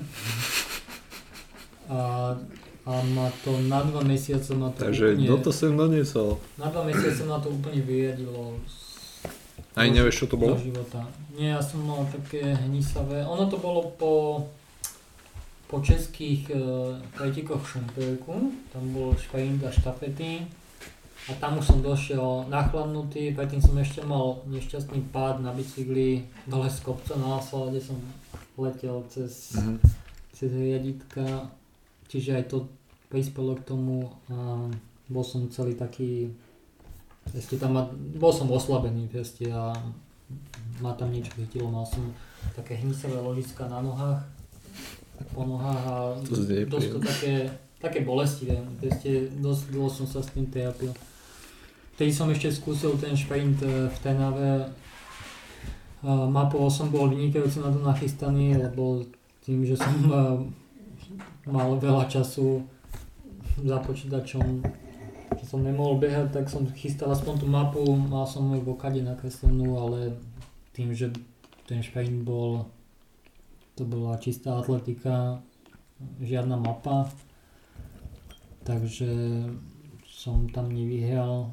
A ma to na 2 mesiace ma to takže úplne... to sem doniesol. Na 2 mesiace ma to úplne vyriadilo. Aj nevieš, čo to bolo? Života. Nie, ja som mal také hnisavé. Ono to bolo po českých pretekoch v Šumperku. Tam bol šprint a štafety. a tam už som došiel nachladnutý, predtým som ešte mal nešťastný pád na bicykli dole z kopca na asfalt, kde som letel cez riaditka, čiže aj to prispelo k tomu a bol som celý taký, bol som oslabený a ma tam niečo chytilo, mal som také hnisavé ložiska na nohách, po nohách a dosť to také bolestivé, dosť dlho som sa s tým trápil. Vtedy som ešte skúsil ten šprint v Trnave, mapovo som bol vynikajúci na to nachystaný, lebo tým, že som mal veľa času za počítačom, že som nemohol behať, tak som chystal aspoň tú mapu, mal som ju v okade nakreslenú, ale tým, že ten šprint to bola čistá atletika, žiadna mapa, takže som tam nevyhral.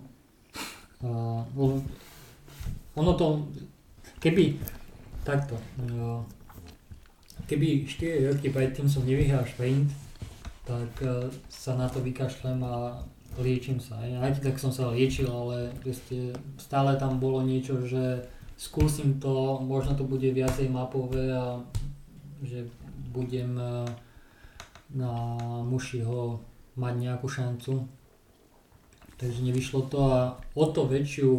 Ono to, keby 4 roky predtým som nevyhral šprint, tak sa na to vykašlem a liečím sa. Aj tak som sa liečil, ale stále tam bolo niečo, že skúsim to, možno to bude viacej mapové a že budem na Mušiho mať nejakú šancu. Takže nevyšlo to a o to väčšiu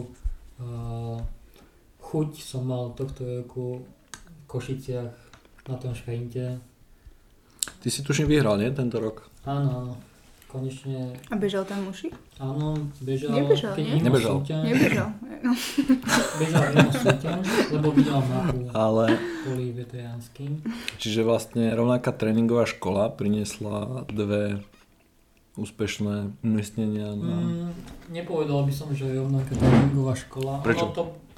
chuť som mal tohto roku v Košiciach na tom šprinte. Ty si tuším vyhral, nie? Tento rok? Áno, konečne. A bežal tam Muši? Áno, bežal. Nebežal, nie? Nebežal. Nebežal, no. Bežal mimo súťaž, lebo videl mapu kvôli veteránskym. Čiže vlastne rovnaká tréningová škola priniesla 2 úspešné umiestnenia na... Nepovedal by som, že je rovnaká tréningová škola. Prečo?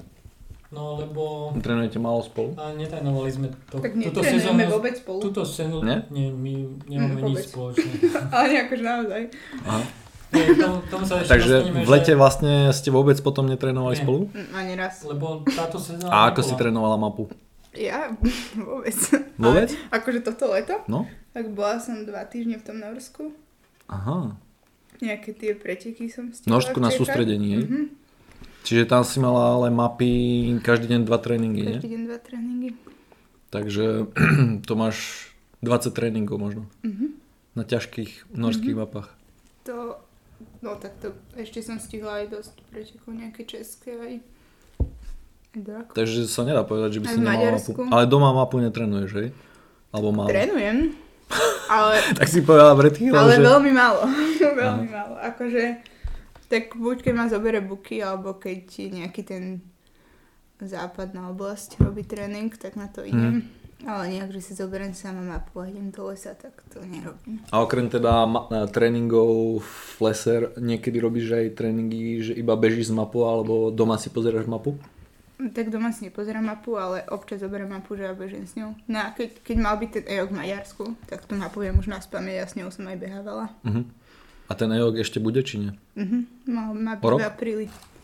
Lebo... Trénujete málo spolu? A netrénovali sme to. Tak netrénujeme vôbec spolu. Túto sezónu, nie, my nemáme nič spoločné. Ale akože naozaj. Aha. Tomu sa ešte takže dostaneme, v lete vlastne ste vôbec potom netrénovali spolu? Ani raz. Lebo táto sezóna A ako si trénovala mapu? Ja? Vôbec. Vôbec? Ale akože toto leto? No. Tak bola som 2 týždne v tom Norsku. Aha. Nejaké tie preteky som stihla Norsku na sústredení, hej? Mhm. Čiže tam si mala ale mapy každý deň 2 tréningy, nie? Každý deň 2 tréningy. Takže to máš 20 tréningov možno. Na ťažkých norských mapách. No tak to ešte som stihla aj dosť pretekov, nejaké české aj drak. Takže sa nedá povedať, že by aj si nemala mapu. Ale doma mapu netrenuješ, hej? Alebo málo? Trénujem, ale... Tak si povedala pred chvíľou, ale že... veľmi málo. Veľmi málo. Akože, tak buď keď ma zobere buky, alebo keď nejaký ten západná oblasť robí tréning, tak na to idem. Ale nejak, že si zoberiem sama mapu a idem do lesa, tak to nerobím. A okrem teda tréningov v lese, niekedy robíš aj tréningy, že iba bežíš z mapu, alebo doma si pozeráš mapu? Tak doma si nepozerám mapu, ale občas zoberiem mapu, že ja bežím s ňou. No a keď mal byť ten EOG v Maďarsku, tak tú mapu viem už na spamäť, ja s ňou som aj behávala. A ten EOG ešte bude, či nie? Má byť v apríli.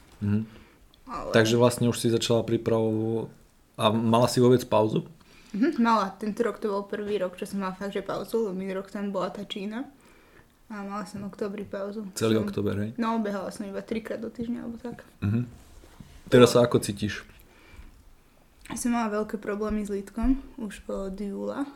Ale... Takže vlastne už si začala prípravu a mala si vôbec pauzu? Mala. Tento rok to bol prvý rok, čo som mala fakt, že pauzu, lebo minulý rok tam bola tá Čína. A mala som v októbri pauzu. Celý október, hej? No, behala som iba 3-krát do týždňa, alebo tak. Teraz sa ako cítiš? Som mala veľké problémy s lítkom, už od júla.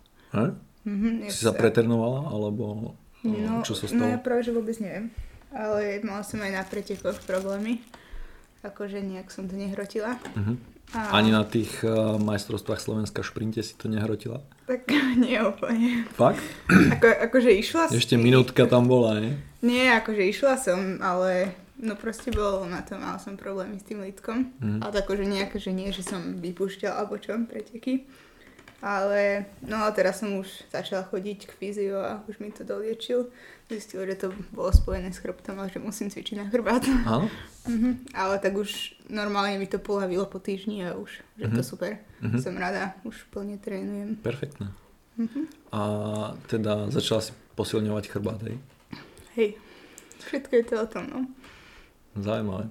Si sa preternovala, alebo čo sa stalo? No ja práve, že vôbec neviem. Ale mala som aj na pretekoch problémy. Akože nejak som to nehrotila. Ani na tých majstrovstvách Slovenska v šprinte si to nehrotila? Tak nie úplne. Fakt? Akože išla som. Ešte minútka tam bola, nie? Nie, akože išla som, ale no proste bolo na to, mala som problémy s tým lítkom. Ale tak akože nejak, že nie, že som vypúšťala alebo čo, preteky. Ale no a teraz som už začala chodiť k fyzio a už mi to doliečil. Zistil, že to bolo spojené s chrbtom a že musím cvičiť na chrbát. Áno? Ale tak už normálne mi to poľavilo po týždni a už, že to super. Som rada, už plne trénujem. Perfektné. A teda začala si posilňovať chrbát, hej? Hej, všetko je to o tom, no. Zaujímavé.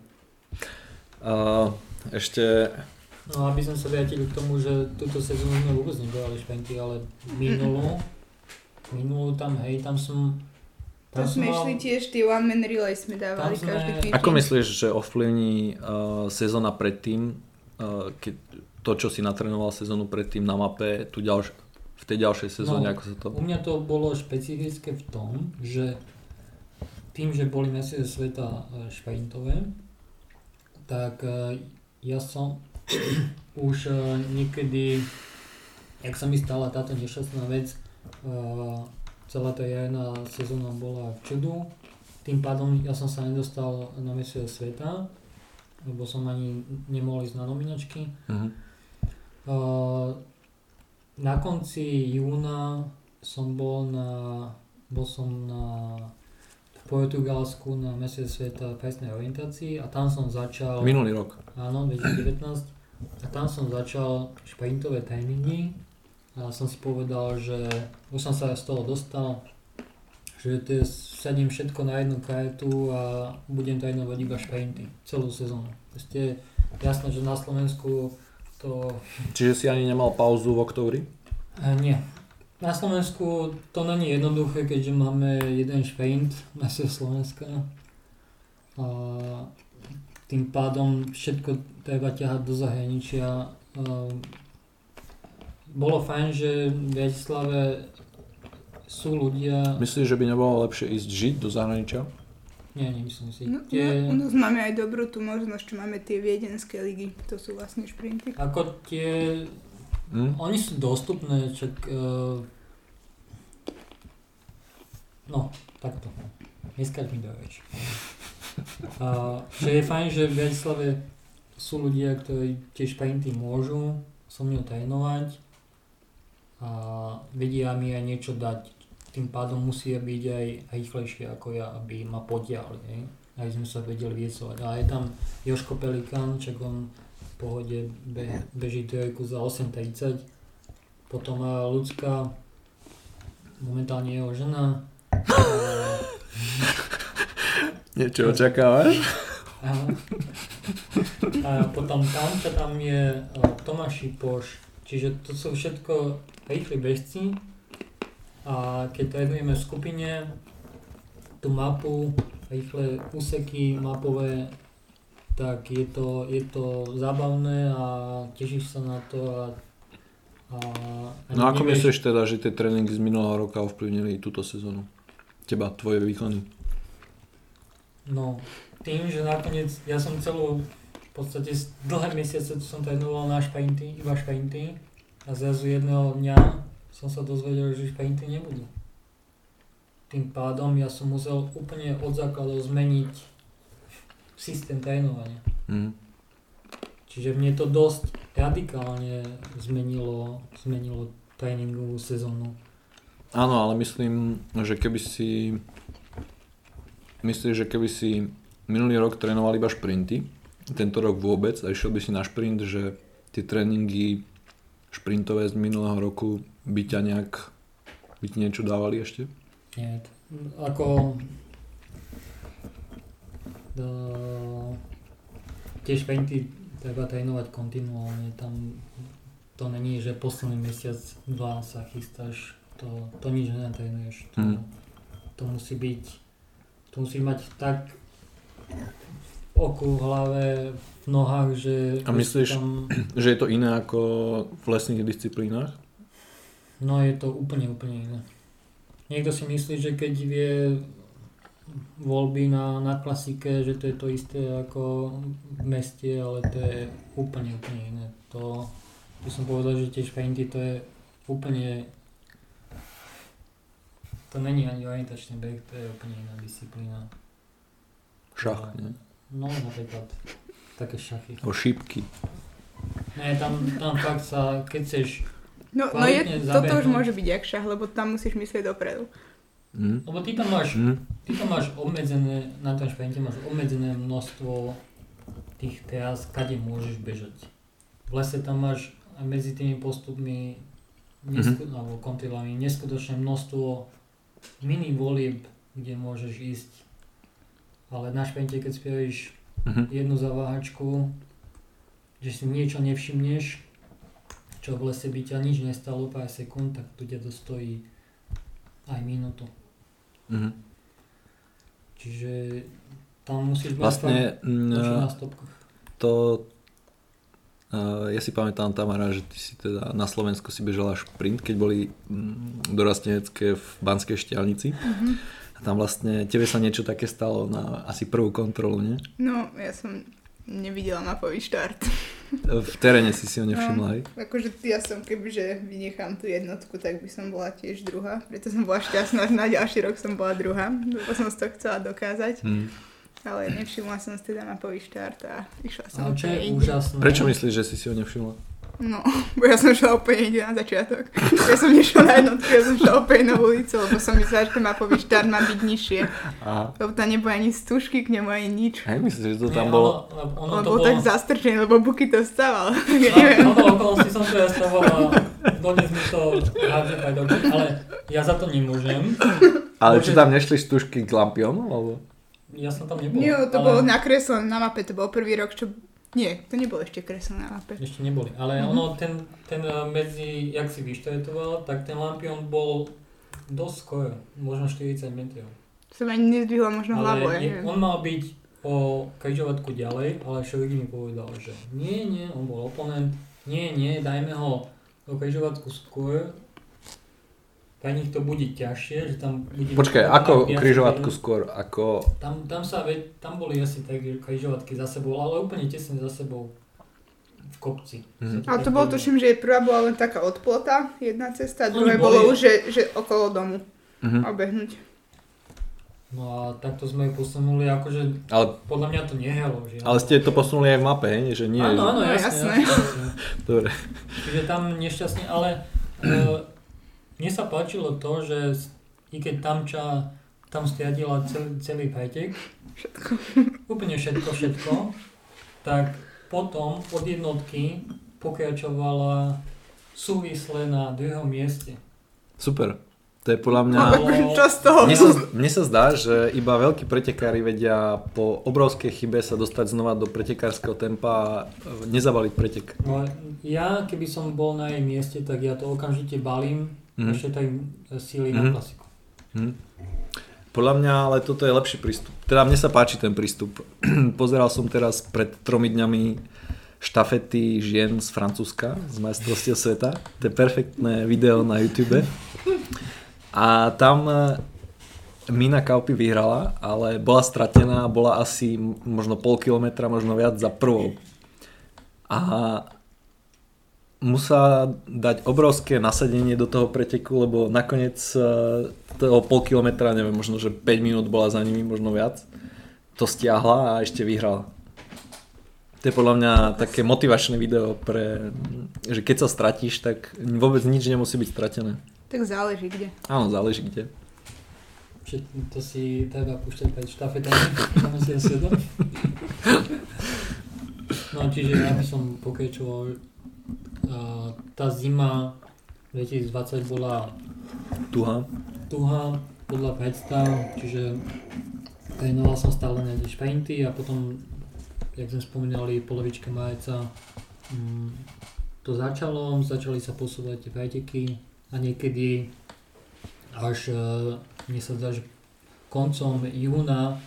Ešte... No aby sme sa vrátili k tomu, že túto sezónu sme vôbec nebehali šprinty, ale minulú tam som To sme išli tiež, tie one man relay sme dávali každý týždeň. Ako myslíš, že ovplyvní sezóna predtým, keď to, čo si natrénoval sezónu predtým na mape, v tej ďalšej sezóne, ako sa to... U mňa to bolo špecifické v tom, že tým, že boli mesiace sveta šprintové, tak ja som už niekedy, jak sa mi stala táto nešťastná vec, celá tá jedna sezóna bola v čudu, tým pádom ja som sa nedostal na mesiac sveta, lebo som ani nemohol ísť na nominačky. Na konci júna som bol v Portugalsku na mesiac sveta presnej orientácii a tam som začal... Minulý rok. Áno, 2019. A tam som začal šprintové tréningy a som si povedal, že už som sa z toho dostal, že sedím všetko na jednu kartu a budem trénovať iba šprinty celú sezónu. Proste jasné, že na Slovensku to... Čiže si ani nemal pauzu v októbri? Nie. Na Slovensku to není jednoduché, keďže máme jeden šprint na Slovenska. A tým pádom všetko treba ťahať do zahraničia. Bolo fajn, že v Bratislave sú ľudia... Myslíš, že by nebolo lepšie ísť žiť do zahraničia? Nie, nemyslím si. No, u nás máme aj dobrú tú možnosť, čo máme tie viedenské ligy, to sú vlastne šprinty. Ako tie... Oni sú dostupné, čak... No, takto. Neskaď mi do reči. Čo je fajn, že v Bratislave sú ľudia, ktorí tie šprinty môžu so mnou trénovať a vedia mi aj niečo dať. Tým pádom musia byť aj rýchlejšie ako ja, aby ma potiahli, aby sme sa vedeli viesovať. A je tam Jožko Pelikán, čak on v pohode beží trojku za 8:30. Potom Ľudská, momentálne jeho žena. Niečo očakávaš? A potom tam je Tomáš Šipoš, čiže to sú všetko rýchli bežci a keď trénujeme v skupine tú mapu, rýchle úseky mapové, tak je to zábavné a tešíš sa na to No ako myslíš teda, že tie tréningy z minulého roka ovplyvnili túto sezónu? Teba, tvoje výkony? No, tým, že nakoniec ja som v podstate dlhé mesiace som trénoval na šprinty, iba šprinty a zrazu jedného dňa som sa dozvedel, že šprinty nebudú. Tým pádom ja som musel úplne od základov zmeniť systém trénovania. Čiže mne to dosť radikálne zmenilo tréningovú sezónu. Áno, ale myslím, že keby si minulý rok trénoval iba šprinty, tento rok vôbec a išiel by si na šprint, že tie tréningy šprintové z minulého roku by ti niečo dávali ešte? Nie, ako tie šprinty treba trénovať kontinuálne, tam to není, že posledný mesiac, 2 sa chystáš, to nič netrénuješ, to musí byť, to musí mať tak v oku, v hlave, v nohách, že... A myslíš, že je to iné ako v lesných disciplínach? No je to úplne iné. Niekto si myslí, že keď vie voľby na klasike, že to je to isté ako v meste, ale to je úplne iné. To by som povedal, že tie šprinty to je úplne... To není ani orientačný beh, to je úplne iná disciplína. Šach, nie? No napríklad také šachy. O šípky. Nie, tam fakt sa, keď chceš No toto už môže byť jak šach, lebo tam musíš myslieť dopredu. Lebo ty tam máš obmedzené, na tom šprinte máš obmedzené množstvo tých trás, kade môžeš bežať. V lese tam máš aj medzi tými postupmi alebo kontrolami neskutočné množstvo mini volieb, kde môžeš ísť. Ale na šprinte, keď spravíš jednu zaváhačku, že si niečo nevšimneš, čo v lese by ťa nič nestalo pár sekúnd, tak tu ťa to stojí aj minútu. Čiže tam musíš vlastne na stopkách. Ja si pamätám, Tamara, že ty si teda na Slovensku si bežala šprint, keď boli dorastenecké v Banskej Štiavnici. A tam vlastne tebe sa niečo také stalo na asi prvú kontrolu, nie? No, ja som nevidela mapový štart. V teréne si ho nevšimla, hej? Akože ja som, kebyže vynechám tú jednotku, tak by som bola tiež druhá. Preto som bola šťastná, že na ďalší rok som bola druhá. Lebo som si to chcela dokázať. Ale nevšimla som si teda mapový štart a išla som čo je úžasné. Prečo myslíš, že si ho nevšimla? No, bo ja som šla úplne inde na začiatok. Ja som nešla na jednotku, ja som šla úplne na ulicu, lebo som myslela, že ten mapový štart má byť nižšie. Aha. Lebo tam nebolo ani stúžky, k nemu ani nič. Hej, myslíš, že to tam bolo? Ono to bolo tak zastrčené, lebo Buky to vstával. Ja neviem. Okolnosti som to ja stával a dodnes mi to hádže aj dobre, ale ja za to nemôžem. Ale či tam nešli stúžky k lampionu, alebo? Ja som tam nebol. Nie, to bolo nakreslené na mape, to bol prvý rok, čo... Nie, to nebolo ešte kreslené na mape. Ešte neboli, ale ono, ten medzi, jak si vyštartoval, tak ten lampion bol dosť skoro, možno 40 metrov. Som ani nezdvihla možno hlavu, ja neviem. On mal byť o križovatku ďalej, ale Šeligy mi povedal, že nie, on bol oponent, nie, dajme ho do križovatku skôr, pre nich to bude ťažšie, že tam bude... Počkaj, ako križovatku skôr? Ako... Tam boli asi tak križovatky za sebou, ale úplne tesne za sebou v kopci. Ale to bolo, tuším, že prvá bola len taká od plota, jedna cesta, druhé bolo už, že okolo domu obehnúť. No a takto sme ju posunuli, akože podľa mňa to nehelo. Že ale ste to posunuli aj v mape, hej? Že nie, áno, jasné. Dobre. Čiže tam nešťastne, ale... Mne sa páčilo to, že i keď tam stiadila celý pretek, úplne všetko, tak potom od jednotky pokračovala súvisle na druhom mieste. Super. To je podľa mňa... Čo z toho? Mne sa zdá, že iba veľkí pretekári vedia po obrovskej chybe sa dostať znova do pretekárskeho tempa a nezabaliť pretek. No, ja keby som bol na jej mieste, tak ja to okamžite balím. Ešte tak síly na klasiku. Podľa mňa, ale toto je lepší prístup. Teda mne sa páči ten prístup. Pozeral som teraz pred 3 dňami štafety žien z Francúzska, z majstrovstiev sveta. To je perfektné video na YouTube. A tam Mina Kauppi vyhrala, ale bola stratená, bola asi možno pol kilometra, možno viac za prvou. A musela dať obrovské nasadenie do toho preteku, lebo nakoniec toho pol kilometra, neviem, možno, že 5 minút bola za nimi, možno viac, to stiahla a ešte vyhrala. To je podľa mňa také motivačné video že keď sa stratíš, tak vôbec nič nemusí byť stratené. Tak záleží kde. Áno, záleží kde. To si treba púšťať pred štafetami, to musím svedom. No čiže ja by som pokračoval. Tá zima 2020 bola tuhá podľa predstav, čiže trénoval som stále nejaké šprinty a potom, jak sme spomínali, polovičke marca to začali sa posúvať tie preteky a niekedy až mne sa zdá, že koncom júna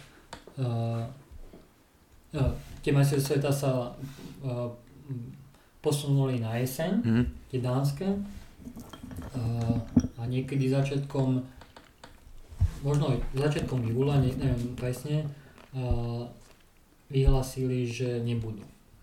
tie majstrovstvá sveta sa posunuli na jeseň, tie dánske a niekedy začiatkom júla, neviem presne, vyhlásili, že nebudú.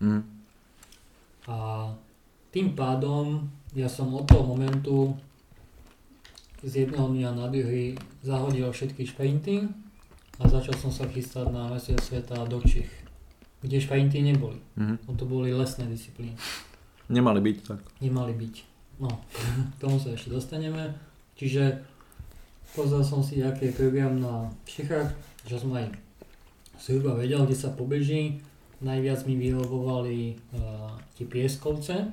A tým pádom ja som od toho momentu z jedného dňa na druhý zahodil všetky šprinty a začal som sa chystať na majstrovstvá sveta do Čech, kde šprinty neboli. To boli lesné disciplíny. Nemali byť tak. Nemali byť. No, k tomu sa ešte dostaneme. Čiže pozrel som si, aký je program na Čechách, že som aj zhruba vedel, kde sa pobeží. Najviac mi vyhovovali tie pieskovce.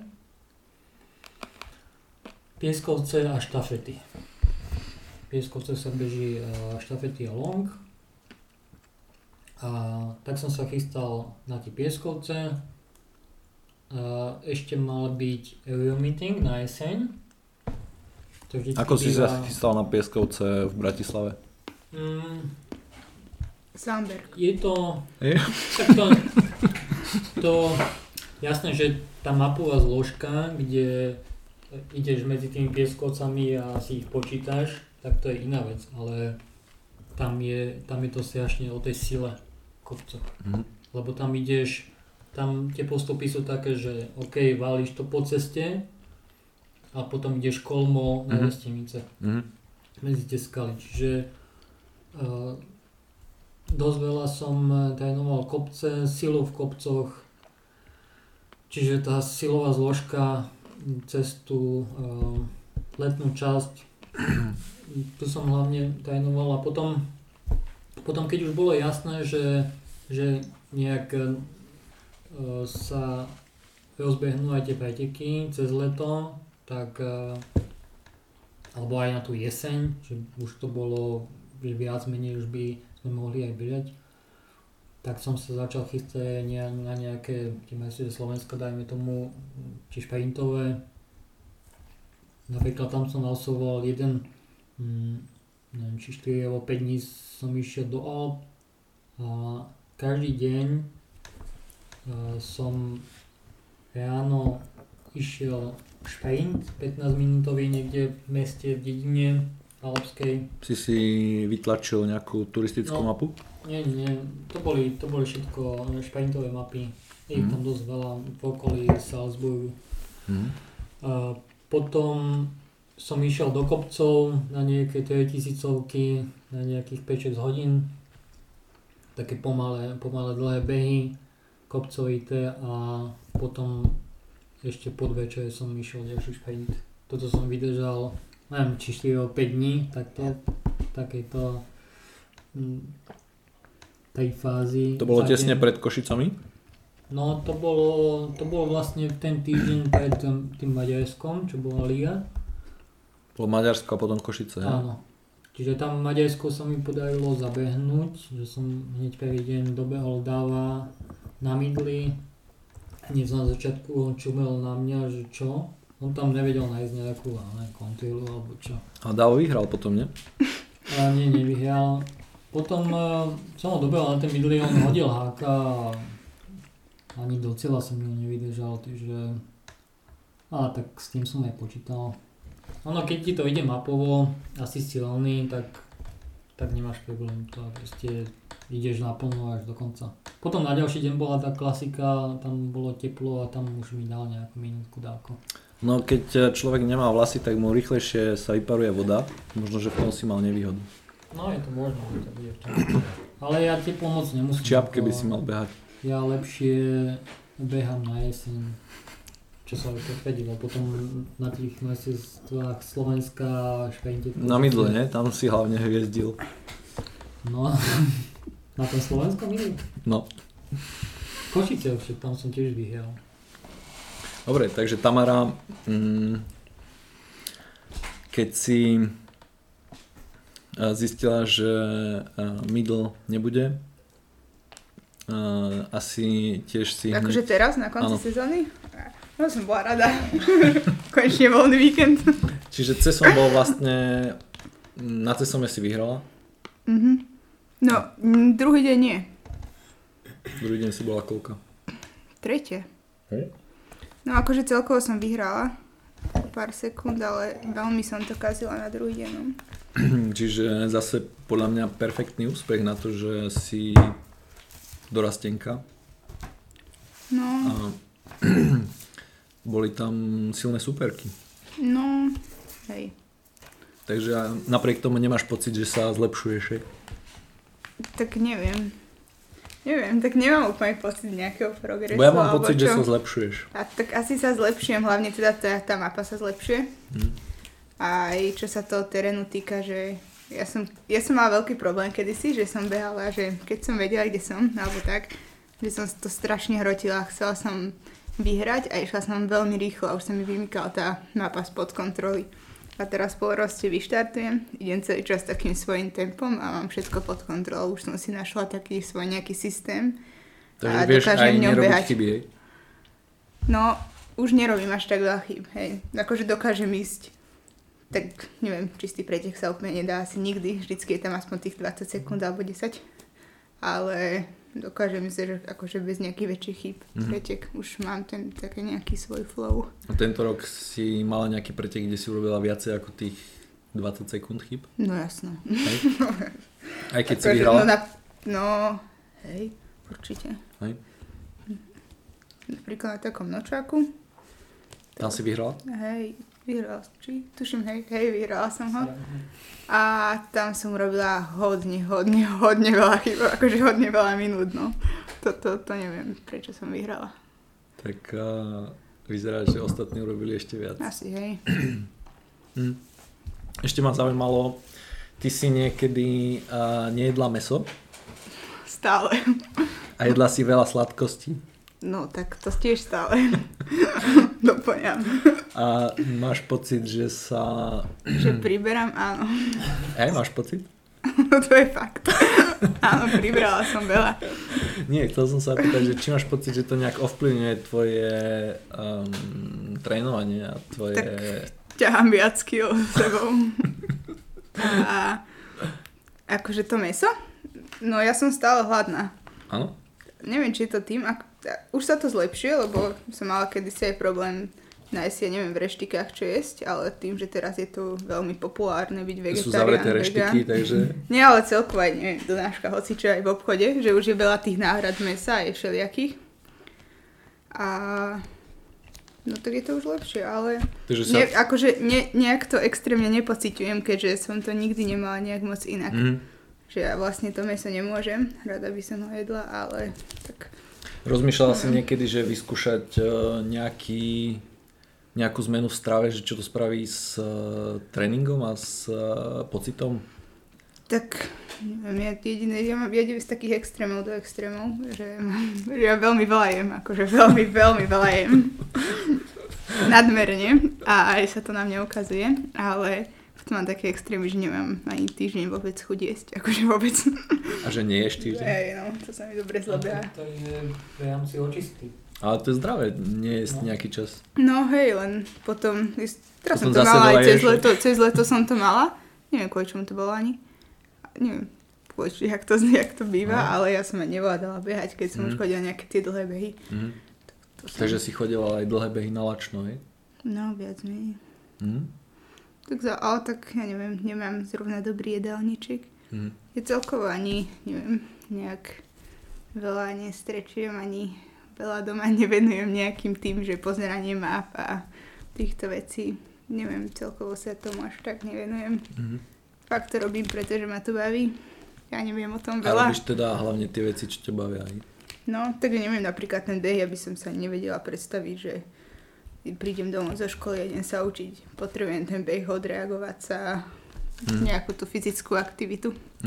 Pieskovce a štafety. Pieskovce sa beží štafety a long. A tak som sa chystal na tie pieskovce. Ešte mal byť Euromeeting na jeseň. Ako si sa chystal na pieskovce v Bratislave? Sandberg. Je to... Je? Tak to jasné, že tá mapová zložka, kde ideš medzi tými pieskovcami a si ich počítaš, tak to je iná vec, ale tam je to strašne o tej sile kopca. Lebo tam ideš, tam tie postupy sú také, že OK, valíš to po ceste a potom ideš kolmo na Restenice medzi tie skaly. Čiže dosť veľa som trénoval kopce, silu v kopcoch, čiže tá silová zložka cez tú letnú časť, tu som hlavne trénoval a potom keď už bolo jasné, že nejak sa rozbehnú aj tie preteky cez leto, tak alebo aj na tú jeseň, že už to bolo viac menej, už by sme mohli aj bežať, tak som sa začal chystať na nejaké tie majstrovstvá Slovenska, dajme tomu, či šprintové. Napríklad tam som absolvoval neviem, či 4 alebo 5 dní som išiel do Alp a každý deň som ráno išiel šprint 15 minútový niekde v meste, v dedine alpskej. Si vytlačil nejakú turistickú mapu? Nie, to boli všetko šprintové mapy. Je ich tam dosť veľa v okolí Salzburgu. Potom som išiel do kopcov na nejaké 3000-ovky, na nejakých 5-6 hodín. Také pomalé dlhé behy, kopcovité a potom ešte podvečer som išiel ďalší šprint. Toto som vydržal, neviem, či 4-5 dní, takto, takejto tej fázy. To bolo tesne pred Košicami? No to bolo vlastne ten týždeň pred tým Maďarskom, čo bola liga. Bolo Maďarsko a potom Košice, ja? Áno. Čiže tam Maďarsko sa mi podarilo zabehnúť, že som hneď prvý deň dobehol Dáva na Midli. Hneď na začiatku on čumel na mňa, že čo? On tam nevedel nájsť nejakú kontrolu alebo čo. A Dávo vyhral potom, nie? Ale nie, nevyhral. Potom som ho dobehol na ten Midli, on hodil háka a ani do cieľa som ho nevydržal, takže tak s tým som aj počítal. Ono, keď ti to ide mapovo, asi silný, tak nemáš problém, to proste ideš naplno až do konca. Potom na ďalší deň bola tá klasika, tam bolo teplo a tam už mi dal nejakú minútku dávko. No keď človek nemá vlasy, tak mu rýchlejšie sa vyparuje voda, možno, že v tom si mal nevýhodu. No je to možné, že to bude v tom. Ale ja teplo moc nemusím. V čiapke by si mal behať. Ja lepšie behám na jeseň, čo sa potvrdilo. Potom na tých majstrovstvách Slovenska šprinte. Na Midle, ne? Tam si hlavne hviezdil. No, na tom Slovenskom Midle? No. Košice, však tam som tiež vyhral. Dobre, takže Tamara, keď si zistila, že Midle nebude, asi tiež si... Akože teraz, na konci sezóny? No som bola rada. Konečne voľný víkend. Čiže CESOM bol vlastne... Na CESOMe si vyhrala? No, druhý deň nie. Druhý deň si bola koľka? Tretie. Hej. No akože celkovo som vyhrala pár sekúnd, ale veľmi som to kazila na druhý deň. No. Čiže zase podľa mňa perfektný úspech na to, že si dorastenka. No. A boli tam silné superky. No, hej. Takže napriek tomu nemáš pocit, že sa zlepšuješ, hej? Tak neviem, tak nemám úplne pocit nejakého progresu. Bo ja mám pocit, že sa zlepšuješ. A tak asi sa zlepšujem, hlavne teda tá mapa sa zlepšuje. A aj čo sa toho terénu týka, že ja som mala veľký problém kedysi, že som behala, že keď som vedela, kde som, alebo tak, že som to strašne hrotila, chcela som vyhrať a išla som veľmi rýchlo a už sa mi vymykala tá mapa spod kontroly. A teraz po roste vyštartujem, idem celý čas takým svojím tempom a mám všetko pod kontrolou. Už som si našla taký svoj nejaký systém. Takže vieš aj nerobiť chyby, hej? No, už nerobím až tak veľa chyb, hej. Akože dokážem ísť. Tak neviem, čistý pretek sa úplne nedá asi nikdy. Vždycky je tam aspoň tých 20 sekúnd alebo 10. ale dokážem si, že akože bez nejakých väčších chýb. Pretek už mám ten taký nejaký svoj flow. A tento rok si mala nejaký pretek, kde si urobila viacej ako tých 20 sekúnd chýb? No jasno. Hej? Aj keď si Akože, vyhrala? Hej, určite. Hej? Napríklad na takom nočáku. Tam si vyhrala? Hej, vyhrala som, tuším, vyhrala som ho. A tam som robila hodne veľa chyb, akože hodne veľa minút, no. To neviem, prečo som vyhrala. Tak vyzerá, že ostatní urobili ešte viac. Asi, hej. Ešte ma zaujímalo, ty si niekedy nejedla mäso Stále. a jedla si veľa sladkostí. No, tak to tiež stále doplňam. A máš pocit, že sa... Že priberám, áno. Aj máš pocit? No to je fakt. Áno, pribrala som veľa. Nie, chcel som sa opýtať, že či máš pocit, že to nejak ovplyvňuje tvoje trénovanie a tvoje... Tak ťahám viac kil s sebou. A akože to mäso? No ja som stále hladná. Áno? Neviem, či je to tým, už sa to zlepšuje, lebo som mala kedysi aj problém nájsť si, neviem, v reštikách čo jesť, ale tým, že teraz je to veľmi populárne byť vegetarián. Sú zavreté reštiky, takže... Nie, ale celkovo aj, neviem, donáška hocičo aj v obchode, že už je veľa tých náhrad mäsa aj všelijakých. A... No tak je to už lepšie, ale... Akože nejak to extrémne nepociťujem, keďže som to nikdy nemala nejak moc inak. Že ja vlastne to mäso nemôžem, rada by som ho jedla, ale tak... Rozmýšľala si niekedy, že vyskúšať nejakú zmenu v strave, že čo to spraví s tréningom a s pocitom? Tak, neviem, ja mám z takých extrémov do extrémov, že ja veľmi veľa jem, akože veľmi veľa jem. Nadmerne a aj sa to na mňa ukazuje, ale potom mám také extrémy, že nemám ani týždeň vôbec chuť jesť, akože vôbec. A že nie ješ týždeň? Hej, no, to sa mi dobre zlobia. To je v rámci očistky. Ale to je zdravé, nie jesť nejaký čas. No hej, len potom, teraz som to mala aj cez leto som to mala, neviem kvôli čomu to bolo ani, neviem jak to býva, ale ja som aj nevládala behať, keď som už chodila nejaké tie dlhé behy. Takže si chodila aj dlhé behy na lačno, hej? No, viac menej. Ale tak ja neviem, nemám zrovna dobrý jedálniček. Je celkovo ani, neviem, nejak veľa nestrečujem, ani veľa doma nevenujem nejakým tým, že pozeranie map a týchto vecí. Neviem, celkovo sa tomu až tak nevenujem. Fakt to robím, pretože ma to baví. Ja neviem o tom veľa. A robíš teda hlavne tie veci, čo ťa bavia, aj? No, takže neviem, napríklad ten beh, ja by som sa nevedela predstaviť, že prídem domov zo školy a idem sa učiť. Potrebujem ten beh, odreagovať sa nejakú tú fyzickú aktivitu.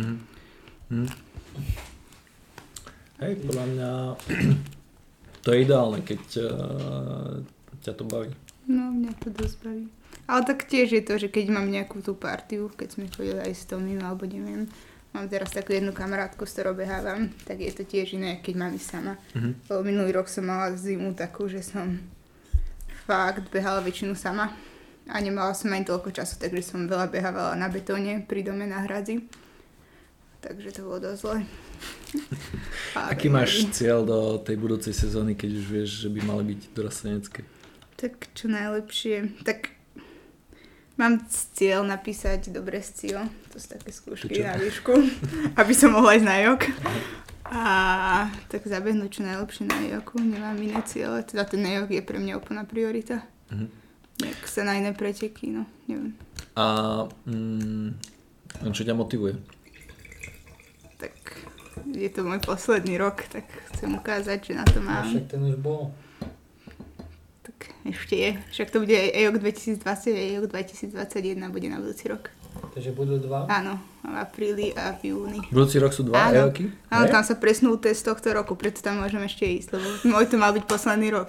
Hej, podľa mňa to je ideálne, keď ťa to baví. No, mňa to dosť baví. Ale tak tiež je to, že keď mám nejakú tú partiu, keď sme chodili aj s Tomím, alebo neviem, mám teraz takú jednu kamarátku, s ktorou behávam, tak je to tiež iné, keď mám ísť sama. Lebo minulý rok som mala zimu takú, že som fakt behala väčšinu sama a nemala som ani toľko času, takže som veľa behávala na betóne pri dome na hradzi. Takže to bolo dosť zle. Aký máš cieľ do tej budúcej sezóny, keď už vieš, že by mali byť dorastenecké? Tak čo najlepšie. Tak mám cieľ napísať dobre scio. To sú také skúšky na výšku, aby som mohla ísť na jog. A tak zabehnúť čo najlepšie na jogu. Nemám iné cieľe. Teda ten jog je pre mňa úplná priorita. Nejak sa na iné preteky, no neviem. A čo ťa motivuje? Tak je to môj posledný rok, tak chcem ukázať, že na to mám. Však ten už bol. Tak ešte je. Však to bude aj EOK 2020 a EOK 2021 bude na budúci rok. Takže budú dva? Áno, v apríli a v júni. Budúci rok sú dva EOKy? Áno, tam sa presnul test tohto roku, preto tam môžem ešte ísť, lebo môj to mal byť posledný rok.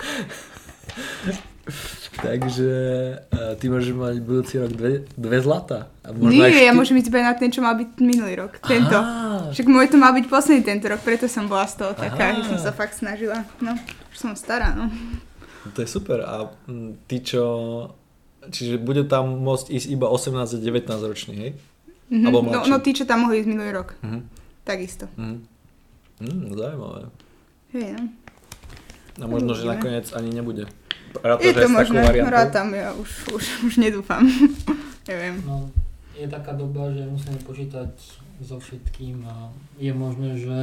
Takže ty môžeš mať budúci rok dve zlata. Nie, ja môžem ísť iba na ten, čo mal byť minulý rok. Tento. Však môj to mal byť posledný tento rok, preto som bola z toho taká, že som sa fakt snažila. No, už som stará, no. To je super. A ty čo... Čiže bude tam môcť ísť iba 18 a 19 roční, hej? No tí, čo tam mohli ísť minulý rok. Takisto. Zaujímavé. Hej, no. A možno, že Uvidíme. nakoniec ani nebude. Rátaš Je aj to s takou možné, variantou? rátam, ja už nedúfam. Neviem. No, je taká doba, že musíme počítať so všetkým a je možné, že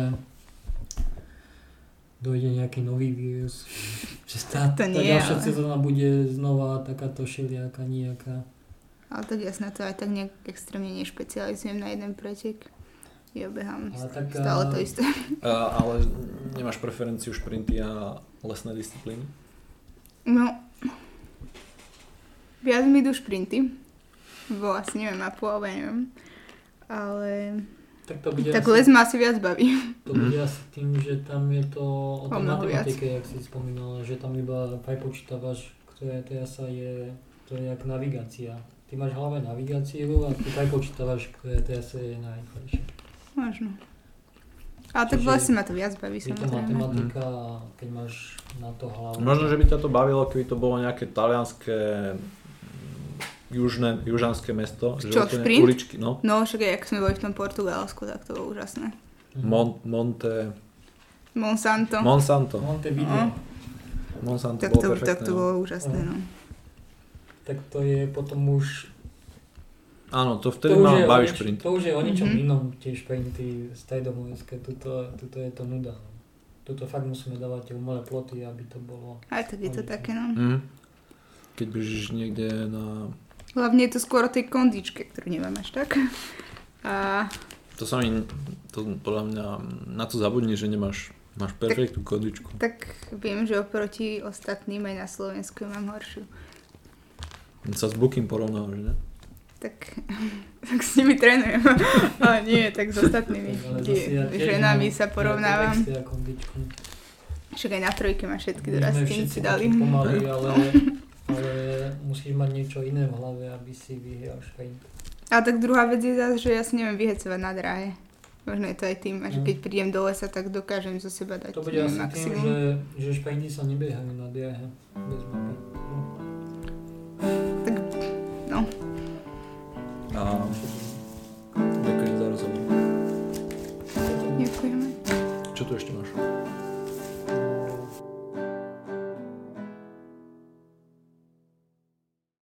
dojde nejaký nový vírus. Že tá nie, ďalšia ale- sezóna bude znova takáto šeliaká, nejaká. Ale tak jasné, to aj tak nejak extrémne nešpecializujem na jeden pretek. Ja behám Ale tak, stále to isté. Ale nemáš preferenciu šprinty a lesné disciplíny? No, viac mi idú šprinty, bo asi neviem mapu, alebo neviem. Ale Tak to bude tak asi, les ma asi viac baví. to bude asi tým, že tam je to o tej mnoho viac. matematike, jak si spomínala, že tam iba prepočítavaš, ktoré trasa je, to je jak navigácia. Ty máš v hlave navigáciu a ty prepočítavaš, ktoré trasa je najrýchlejšie. Možno. Ale tak Čiže vlastne ma to viac baví, Je to samozrejme. matematika a keď máš na to hlavu. Možno, že by ťa to bavilo, keby to bolo nejaké talianské južanské mesto. že Čo, úplne šprint? Uličky, no. No, však aj, jak sme boli v tom Portugalsku, tak to bolo úžasné. Monsanto. Monsanto. Montevideo. Monsanto Tak bolo to perfektné. bolo úžasné, no. Tak to je potom už... Áno, to vtedy ma baví šprint. To už je o ničom Mhm. inom, tie šprinty stredomorské. Tuto je to nuda. Tuto fakt musíme dávať tie umelé ploty, aby to bolo... Aj tak je to také, no. Keď bežíš niekde na... Hlavne je to skôr o tej kondičke, ktorú nemám až tak. A To podľa mňa na to zabudni, že máš perfektnú kondičku. tak viem, že oproti ostatným aj na Slovensku mám horšiu. Sa s Bukým porovnávaš, ne? Tak s nimi trénujem. Ale nie, tak s ostatnými Ale zase ja tiež ženami mám sa nejakú porovnávam. extra kondičku. Však aj na trojke ma všetky My sme dorastky všetci si dali. takí pomalí, ale musíš mať niečo iné v hlave, aby si vyhral šprint. A tak druhá vec je zase, že ja si neviem vyhecovať na dráhe. Možno je to aj tým, že keď prídem do lesa, tak dokážem zo seba dať To bude asi tým, maximum. že šprinty sa nebiehajú na dráhe bez mapy.